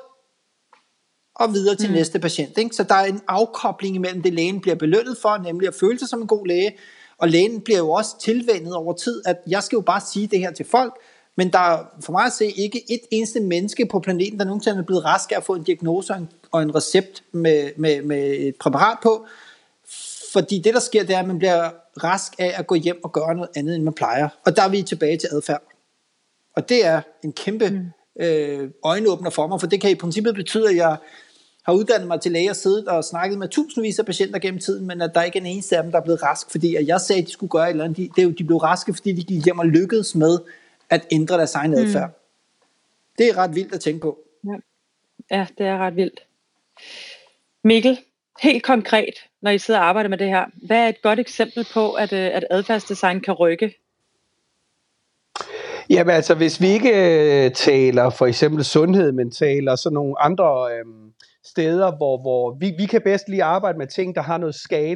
og videre til mm. næste patient. Ikke? Så der er en afkobling imellem det, lægen bliver belønnet for, nemlig at føle sig som en god læge, og lægen bliver jo også tilvænnet over tid, at jeg skal jo bare sige det her til folk, men der er for mig at se ikke et eneste menneske på planeten, der nogensinde er blevet rask af at få en diagnose og en recept med, med, med et præparat på, fordi det der sker, det er, at man bliver rask af at gå hjem og gøre noget andet, end man plejer. Og der er vi tilbage til adfærd. Og det er en kæmpe mm. øh, øjenåbner for mig, for det kan i princippet betyde, at jeg har uddannet mig til læge og siddet og snakket med tusindvis af patienter gennem tiden, men at der ikke er en eneste af dem, der er blevet rask, fordi at jeg sagde, at de skulle gøre et eller andet. De, det er jo, de blev raske, fordi de gik hjem og lykkedes med at ændre deres egen adfærd. Mm. Det er ret vildt at tænke på. Ja. ja, det er ret vildt. Mikkel, helt konkret, når I sidder og arbejder med det her, hvad er et godt eksempel på, at, at adfærdsdesign kan rykke? Jamen altså, hvis vi ikke øh, taler for eksempel sundhed, men taler sådan nogle andre øh, steder, hvor, hvor vi, vi kan bedst lige arbejde med ting, der har noget skala,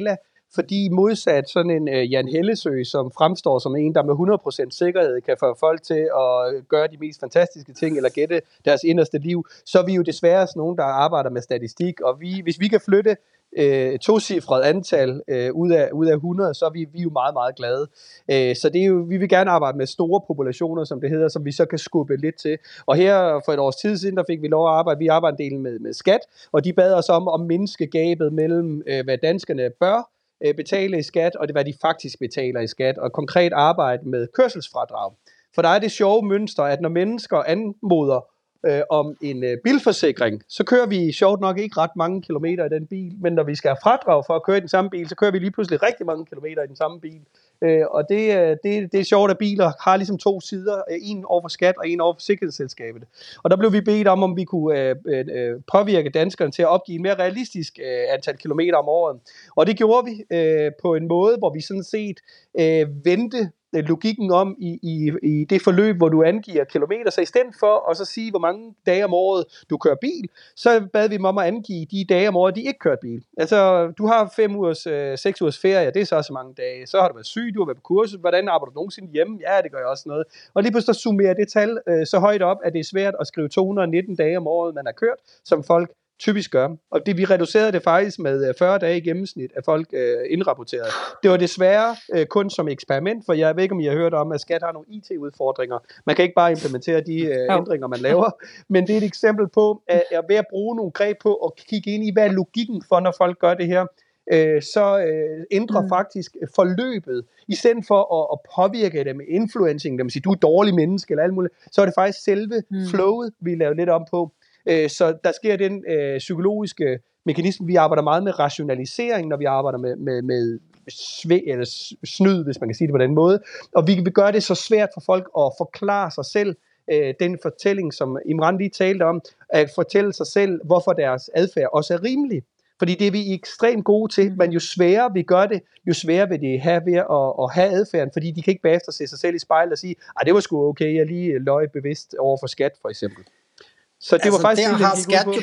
fordi modsat sådan en uh, Jan Hellesøe, som fremstår som en, der med hundrede procent sikkerhed kan få folk til at gøre de mest fantastiske ting, eller gætte deres inderste liv, så er vi jo desværre sådan nogen, der arbejder med statistik, og vi, hvis vi kan flytte øh, tocifret antal øh, ud, af, ud af hundrede, så er vi, vi er jo meget, meget glade. Øh, så det er jo, vi vil gerne arbejde med store populationer, som det hedder, som vi så kan skubbe lidt til. Og her for et års tid siden, der fik vi lov at arbejde, vi arbejder en del med, med skat, og de bad os om at mindske gabet mellem, øh, hvad danskerne bør øh, betale i skat, og det hvad de faktisk betaler i skat, og konkret arbejde med kørselsfradrag. For der er det sjove mønster, at når mennesker anmoder Øh, om en øh, bilforsikring, så kører vi sjovt nok ikke ret mange kilometer i den bil, men når vi skal have fradrag for at køre i den samme bil, så kører vi lige pludselig rigtig mange kilometer i den samme bil. Øh, og det, øh, det, det er sjovt, at biler har ligesom to sider, en over for skat og en over for sikkerhedsselskabet. Og der blev vi bedt om, om vi kunne øh, øh, påvirke danskerne til at opgive en mere realistisk øh, antal kilometer om året. Og det gjorde vi øh, på en måde, hvor vi sådan set øh, vendte logikken om i, i, i det forløb, hvor du angiver kilometer. Så i stedet for at så sige, hvor mange dage om året du kører bil, så bad vi dem om at angive de dage om året, de ikke kører bil. Altså, du har fem ugers, øh, seks ugers ferie, det er så så mange dage. Så har du været syg, du har været på kursus. Hvordan arbejder du nogensinde hjemme? Ja, det gør jeg også noget. Og lige pludselig summerer det tal øh, så højt op, at det er svært at skrive to hundrede og nitten dage om året, man har kørt, som folk typisk gør. Og det, vi reducerede det faktisk med fyrre dage i gennemsnit, at folk øh, indrapporterede. Det var desværre øh, kun som eksperiment, for jeg ved ikke, om I har hørt om, at skat har nogle I T-udfordringer. Man kan ikke bare implementere de øh, ændringer, man laver, men det er et eksempel på, at jeg er ved at bruge nogle greb på at kigge ind i, hvad er logikken for, når folk gør det her, øh, så øh, ændrer mm. faktisk forløbet. I stedet for at, at påvirke det med influencing, dem sige, du er dårlig menneske eller alt muligt, så er det faktisk selve mm. flowet, vi laver lidt om på. Så der sker den øh, psykologiske mekanisme. Vi arbejder meget med rationalisering, når vi arbejder med, med, med svæ, eller snyd, hvis man kan sige det på den måde. Og vi vil gøre det så svært for folk at forklare sig selv, øh, den fortælling, som Imran lige talte om, at fortælle sig selv, hvorfor deres adfærd også er rimelig. Fordi det er vi ekstremt gode til, men jo sværere vi gør det, jo sværere vil det have ved at, at have adfærden, fordi de kan ikke bagefter se sig selv i spejlet og sige, ej, det var sgu okay, jeg lige løg bevidst over for skat, for eksempel. Så det altså, var faktisk der det, har skat jo,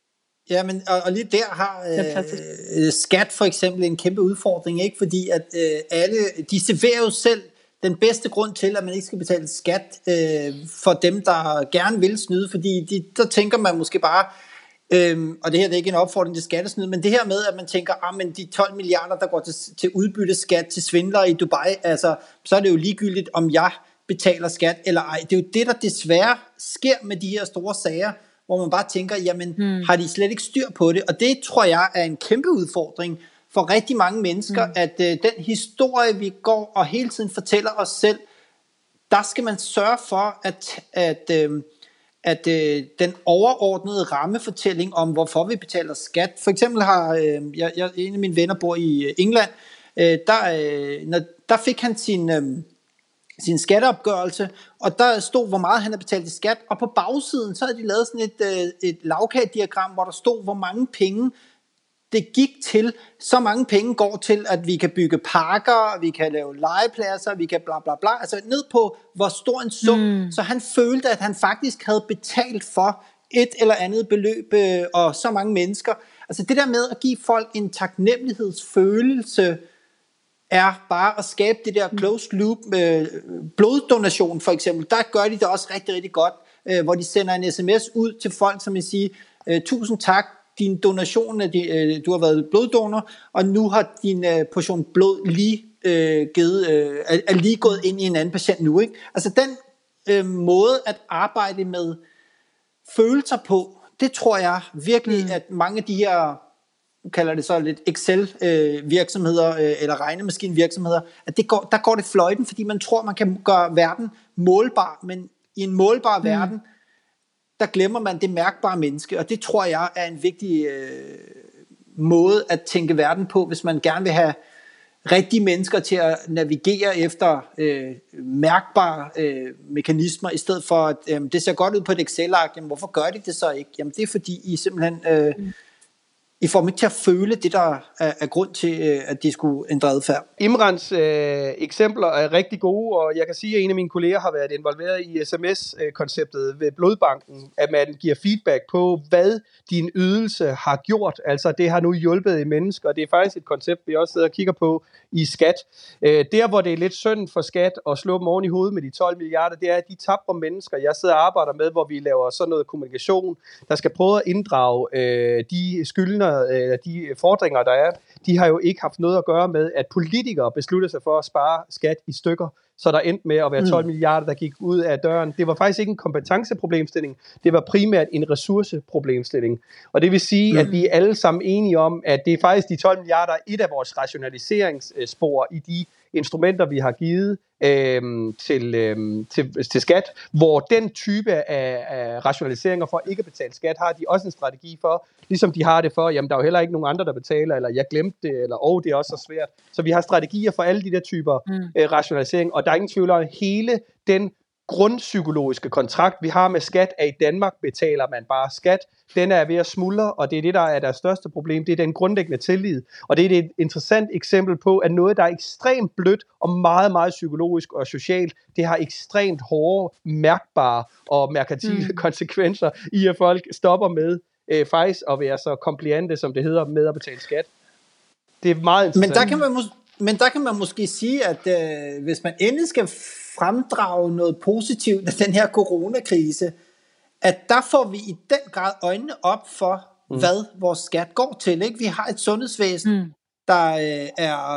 ja, men og, og lige der har øh, skat for eksempel en kæmpe udfordring, ikke? Fordi at øh, alle de serverer jo selv den bedste grund til, at man ikke skal betale skat øh, for dem, der gerne vil snyde, fordi de, der tænker man måske bare, øh, og det her det er ikke en opfordring til skattesnyd, men det her med, at man tænker, ah, men de tolv milliarder, der går til, til udbytteskat til svindlere i Dubai, altså, så er det jo ligegyldigt, om jeg betaler skat eller ej. Det er jo det, der desværre sker med de her store sager, hvor man bare tænker, jamen, hmm. har de slet ikke styr på det? Og det tror jeg er en kæmpe udfordring for rigtig mange mennesker, hmm. at øh, den historie, vi går og hele tiden fortæller os selv, der skal man sørge for, at, at, øh, at øh, den overordnede rammefortælling om, hvorfor vi betaler skat. For eksempel har, øh, jeg, jeg, en af mine venner bor i England, øh, der, øh, når, der fik han sin... Øh, sin skatteopgørelse, og der stod, hvor meget han havde betalt i skat, og på bagsiden, så havde de lavet sådan et, et lavkagediagram, hvor der stod, hvor mange penge det gik til. Så mange penge går til, at vi kan bygge parker, vi kan lave legepladser, vi kan bla bla bla, altså ned på, hvor stor en sum, mm. så han følte, at han faktisk havde betalt for et eller andet beløb, og så mange mennesker. Altså det der med at give folk en taknemmelighedsfølelse, er bare at skabe det der closed loop med bloddonation for eksempel. Der gør de det også rigtig, rigtig godt, øh, hvor de sender en sms ud til folk, som vil sige, øh, tusind tak, din donation, øh, du har været bloddonor, og nu har din øh, portion blod lige, øh, givet, øh, er, er lige gået ind i en anden patient nu. Ikke? Altså den øh, måde at arbejde med følelser på, det tror jeg virkelig, mm. at mange af de her, nu kalder det så lidt Excel-virksomheder øh, øh, eller regnemaskinvirksomheder, at det går, der går det fløjten, fordi man tror, man kan gøre verden målbar, men i en målbar mm. verden, der glemmer man det mærkbare menneske, og det tror jeg er en vigtig øh, måde at tænke verden på, hvis man gerne vil have rigtige mennesker til at navigere efter øh, mærkbare øh, mekanismer, i stedet for at øh, det ser godt ud på et Excel-ark, jamen hvorfor gør de det så ikke? Jamen det er fordi I simpelthen øh, mm. I får dem ikke til at føle det, der er, er grund til, øh, at de skulle ændre adfærd. Imrans øh, eksempler er rigtig gode, og jeg kan sige, at en af mine kolleger har været involveret i sms-konceptet ved Blodbanken, at man giver feedback på, hvad din ydelse har gjort. Altså, det har nu hjulpet i mennesker, og det er faktisk et koncept, vi også sidder og kigger på i skat. Øh, der, hvor det er lidt synd for skat at slå dem oven i hovedet med de tolv milliarder, det er, at de tabre mennesker, jeg sidder og arbejder med, hvor vi laver sådan noget kommunikation, der skal prøve at inddrage øh, de skyldner, øh, de fordringer, der er. De har jo ikke haft noget at gøre med, at politikere beslutter sig for at spare skat i stykker, så der endte med at være tolv mm. milliarder, der gik ud af døren. Det var faktisk ikke en kompetenceproblemstilling, det var primært en ressourceproblemstilling. Og det vil sige, mm. at vi er alle sammen enige om, at det er faktisk de tolv milliarder, et af vores rationaliseringsspor i de instrumenter, vi har givet øh, til, øh, til, til skat, hvor den type af, af rationaliseringer for ikke at betale skat, har de også en strategi for, ligesom de har det for, jamen der er jo heller ikke nogen andre, der betaler, eller jeg glemte det, eller åh, oh, det er også så svært. Så vi har strategier for alle de der typer mm. øh, rationalisering, og der er ingen tvivl om, hele den grundpsykologiske kontrakt, vi har med skat, at i Danmark betaler man bare skat. Den er ved at smuldre, og det er det, der er deres største problem. Det er den grundlæggende tillid. Og det er et interessant eksempel på, at noget, der er ekstremt blødt og meget, meget psykologisk og socialt, det har ekstremt hårde, mærkbare og merkantile mm. konsekvenser i, at folk stopper med øh, faktisk at være så kompliante, som det hedder, med at betale skat. Det er meget interessant. Men der kan man mås- Men der kan man måske sige, at øh, hvis man endelig skal fremdrage noget positivt af den her coronakrise, at der får vi i den grad øjnene op for, mm. hvad vores skat går til. Ikke? Vi har et sundhedsvæsen, mm. der øh, er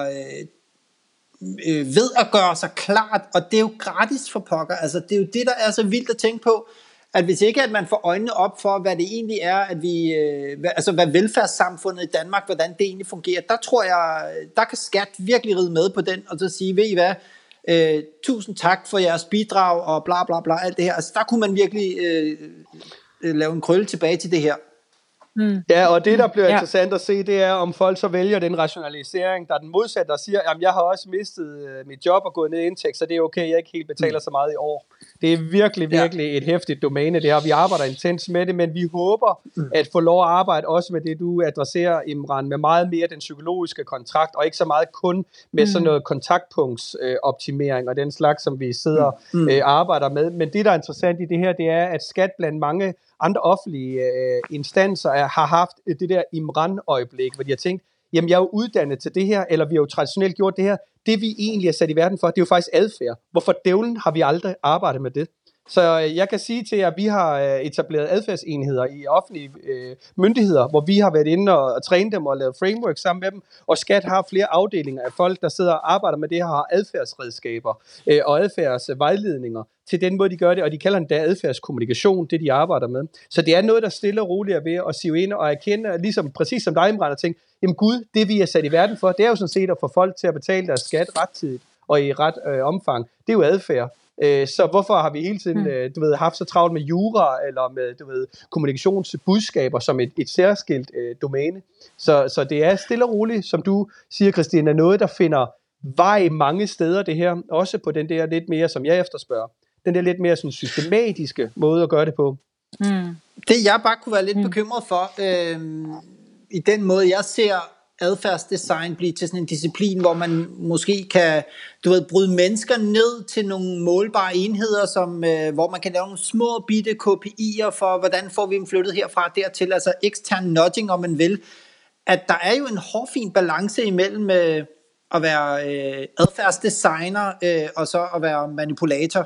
øh, ved at gøre sig klart, og det er jo gratis for pokker. Altså, det er jo det, der er så vildt at tænke på, at hvis ikke at man får øjnene op for, hvad det egentlig er, at vi, øh, hvad, altså hvad velfærdssamfundet i Danmark, hvordan det egentlig fungerer, der tror jeg, der kan skat virkelig ride med på den, og så sige, ved I hvad, øh, tusind tak for jeres bidrag, og bla bla bla, alt det her. Altså der kunne man virkelig øh, øh, lave en krølle tilbage til det her. Mm. Ja, og det der bliver ja. interessant at se, det er om folk så vælger den rationalisering, der er den modsatte, der siger, jamen jeg har også mistet øh, mit job og gået ned i indtægt, så det er okay, jeg ikke helt betaler mm. så meget i år. Det er virkelig, virkelig ja. et hæftigt domæne det her, vi arbejder intens med det, men vi håber mm. at få lov at arbejde også med det, du adresserer, Imran, med meget mere den psykologiske kontrakt, og ikke så meget kun med mm. sådan noget kontaktpunktsoptimering øh, og den slags, som vi sidder og mm. øh, arbejder med. Men det, der er interessant i det her, det er, at skat blandt mange andre offentlige øh, instanser er, har haft det der Imran-øjeblik, hvor de har tænkt, jamen jeg er jo uddannet til det her, eller vi har jo traditionelt gjort det her. Det vi egentlig er sat i verden for, det er jo faktisk adfærd. Hvorfor dævlen har vi aldrig arbejdet med det? Så øh, jeg kan sige til jer, at vi har øh, etableret adfærdsenheder i offentlige øh, myndigheder, hvor vi har været inde og, og trænet dem og lavet framework sammen med dem, og skat har flere afdelinger af folk, der sidder og arbejder med det her, har adfærdsredskaber øh, og adfærdsvejledninger til den måde, de gør det, og de kalder det der adfærdskommunikation, det de arbejder med. Så det er noget, der stille og roligt er ved at sive ind og erkende, ligesom præcis som dig, Imran, og tænke, jamen Gud, det vi er sat i verden for, det er jo sådan set at få folk til at betale deres skat rettidigt og i ret øh, omfang. Det er jo adfærd. Så hvorfor har vi hele tiden du ved, haft så travlt med jura eller med du ved, kommunikationsbudskaber som et, et særskilt øh, domæne? Så, så det er stille og roligt, som du siger, Christine, noget, der finder vej mange steder det her, også på den der lidt mere, som jeg efterspørger, den der lidt mere sådan systematiske måde at gøre det på. Mm. Det jeg bare kunne være lidt mm. bekymret for, øh, i den måde jeg ser adfærdsdesign blive til sådan en disciplin, hvor man måske kan, du ved, bryde mennesker ned til nogle målbare enheder, som, øh, hvor man kan lave nogle små bitte K P I'er for, hvordan får vi dem flyttet herfra dertil, altså ekstern nudging, om man vil. At der er jo en hårfin balance imellem øh, at være øh, adfærdsdesigner øh, og så at være manipulator.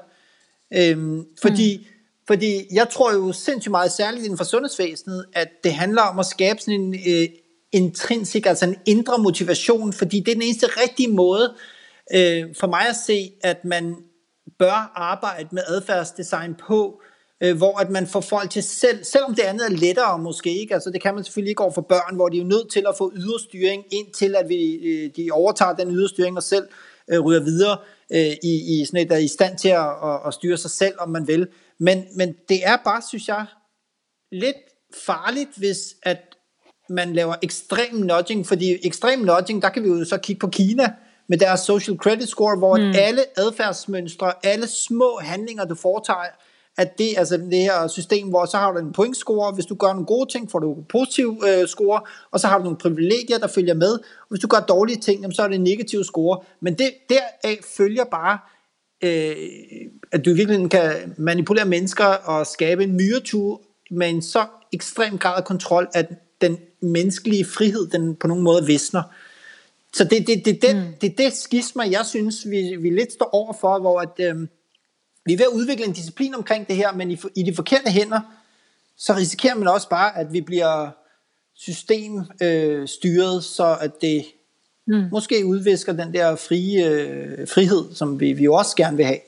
Øhm, fordi, mm. fordi jeg tror jo sindssygt meget, særligt inden for sundhedsvæsenet, at det handler om at skabe sådan en øh, intrinsik, altså en indre motivation, fordi det er den eneste rigtige måde øh, for mig at se, at man bør arbejde med adfærdsdesign på, øh, hvor at man får folk til selv, selvom det andet er lettere måske ikke, altså det kan man selvfølgelig ikke over for børn, hvor de er jo nødt til at få yderstyring, indtil at vi, øh, de overtager den yderstyring og selv øh, ryger videre øh, i, i sådan et, der er i stand til at, at, at styre sig selv, om man vil. Men, men det er bare, synes jeg, lidt farligt, hvis at man laver ekstrem nudging, fordi ekstrem nudging, der kan vi jo så kigge på Kina med deres social credit score, hvor mm. alle adfærdsmønstre, alle små handlinger, du foretager, at det, altså det her system, hvor så har du en pointscore, hvis du gør nogle gode ting, får du en positiv øh, score, og så har du nogle privilegier, der følger med, og hvis du gør dårlige ting, jamen, så er det en negativ score, men det deraf følger bare, øh, at du virkelig kan manipulere mennesker og skabe en myretue med en så ekstrem grad af kontrol, at den menneskelige frihed, den på nogen måde visner. Så det, det, det, det, mm. det er det skisma, jeg synes, vi, vi lidt står overfor, hvor at, øh, vi er ved at udvikle en disciplin omkring det her, men i, i de forkerte hænder, så risikerer man også bare, at vi bliver systemstyret, øh, så at det mm. måske udvisker den der frie, øh, frihed, som vi, vi jo også gerne vil have.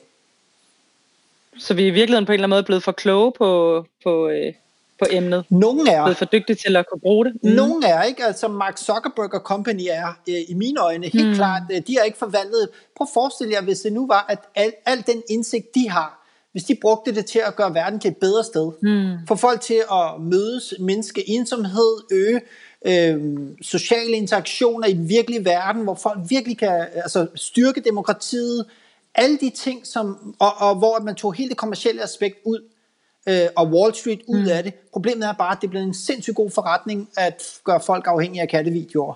Så vi er i virkeligheden på en eller anden måde blevet for kloge på, på, øh, på emnet. Nogen er. Blevet for dygtige til at kunne bruge det. Mm. Nogen er, ikke? Altså Mark Zuckerberg og company er øh, i mine øjne helt mm. klart, øh, de er ikke forvaltet. Prøv at forestille jer, hvis det nu var, at al, al den indsigt, de har, hvis de brugte det til at gøre verden til et bedre sted. Mm. Få folk til at mødes, mindske ensomhed, øge øh, sociale interaktioner i den virkelige verden, hvor folk virkelig kan altså, styrke demokratiet. Alle de ting, som, og, og hvor man tog hele det kommercielle aspekt ud, øh, og Wall Street ud mm. af det. Problemet er bare, at det er blevet en sindssygt god forretning, at gøre folk afhængige af kattevideoer.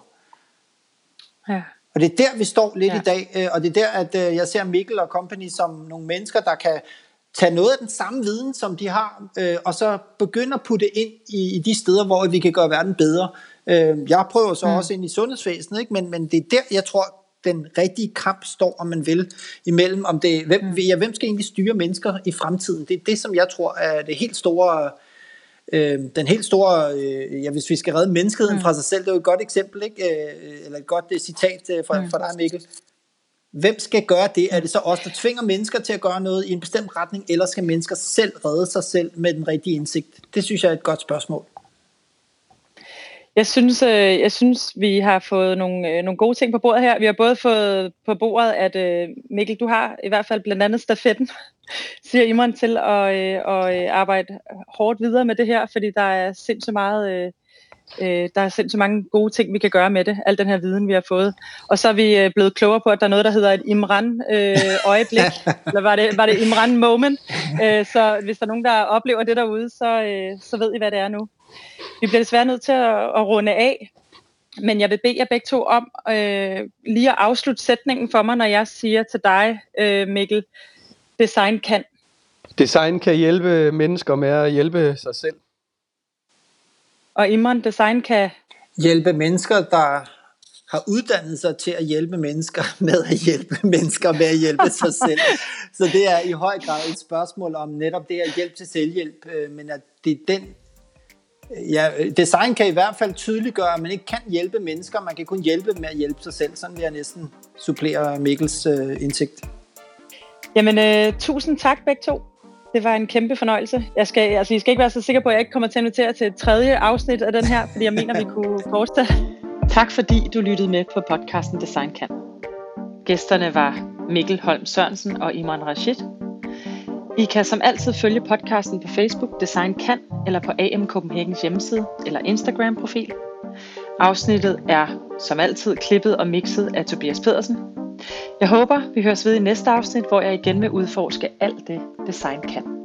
Ja. Og det er der, vi står lidt ja. i dag, øh, og det er der, at øh, jeg ser Mikkel og company som nogle mennesker, der kan tage noget af den samme viden, som de har, øh, og så begynde at putte ind i, i de steder, hvor vi kan gøre verden bedre. Øh, jeg prøver så mm. også ind i sundhedsvæsenet, ikke? Men, men det er der, jeg tror, den rigtige kamp står, om man vil, imellem, om det, hvem, mm. ja, hvem skal egentlig styre mennesker i fremtiden? Det er det, som jeg tror er det helt store, øh, den helt store, øh, ja, hvis vi skal redde menneskeheden mm. fra sig selv, det er jo et godt eksempel, ikke? Øh, eller et godt uh, citat uh, fra, mm. fra dig, Mikkel. Hvem skal gøre det? Er det så os, der tvinger mennesker til at gøre noget i en bestemt retning, eller skal mennesker selv redde sig selv med den rigtige indsigt? Det synes jeg er et godt spørgsmål. Jeg synes, øh, jeg synes, vi har fået nogle, øh, nogle gode ting på bordet her. Vi har både fået på bordet, at øh, Mikkel, du har i hvert fald blandt andet stafetten, siger Imran, til at, øh, at arbejde hårdt videre med det her, fordi der er sindssygt meget, øh, øh, der er sindssygt mange gode ting, vi kan gøre med det. Al den her viden, vi har fået. Og så er vi øh, blevet klogere på, at der er noget, der hedder et Imran-øjeblik. Øh, Eller var det, var det Imran-moment? Øh, så hvis der er nogen, der oplever det derude, så, øh, så ved I, hvad det er nu. Vi bliver desværre nødt til at, at runde af, men jeg vil bede jer begge to om øh, lige at afslutte sætningen for mig, når jeg siger til dig, øh, Mikkel, design kan. Design kan hjælpe mennesker med at hjælpe sig selv. Og Imran, design kan hjælpe mennesker, der har uddannet sig til at hjælpe mennesker med at hjælpe mennesker med at hjælpe sig selv. Så det er i høj grad et spørgsmål om netop det at hjælpe til selvhjælp, men at det er den. Ja, design kan i hvert fald tydeliggøre, at man ikke kan hjælpe mennesker, man kan kun hjælpe med at hjælpe sig selv. Sådan vil jeg næsten supplere Mikkels øh, indsigt. Jamen, øh, tusind tak begge to. Det var en kæmpe fornøjelse. Jeg skal, altså, I skal ikke være så sikker på, at jeg ikke kommer til at invitere til et tredje afsnit af den her, fordi jeg mener, vi kunne fortsætte. Tak fordi du lyttede med på podcasten Design Kan. Gæsterne var Mikkel Holm Sørensen og Imran Rashid. I kan som altid følge podcasten på Facebook Design Kan, eller på A M Copenhagens hjemmeside eller Instagram-profil. Afsnittet er som altid klippet og mixet af Tobias Pedersen. Jeg håber, vi høres ved i næste afsnit, hvor jeg igen vil udforske alt det, design kan.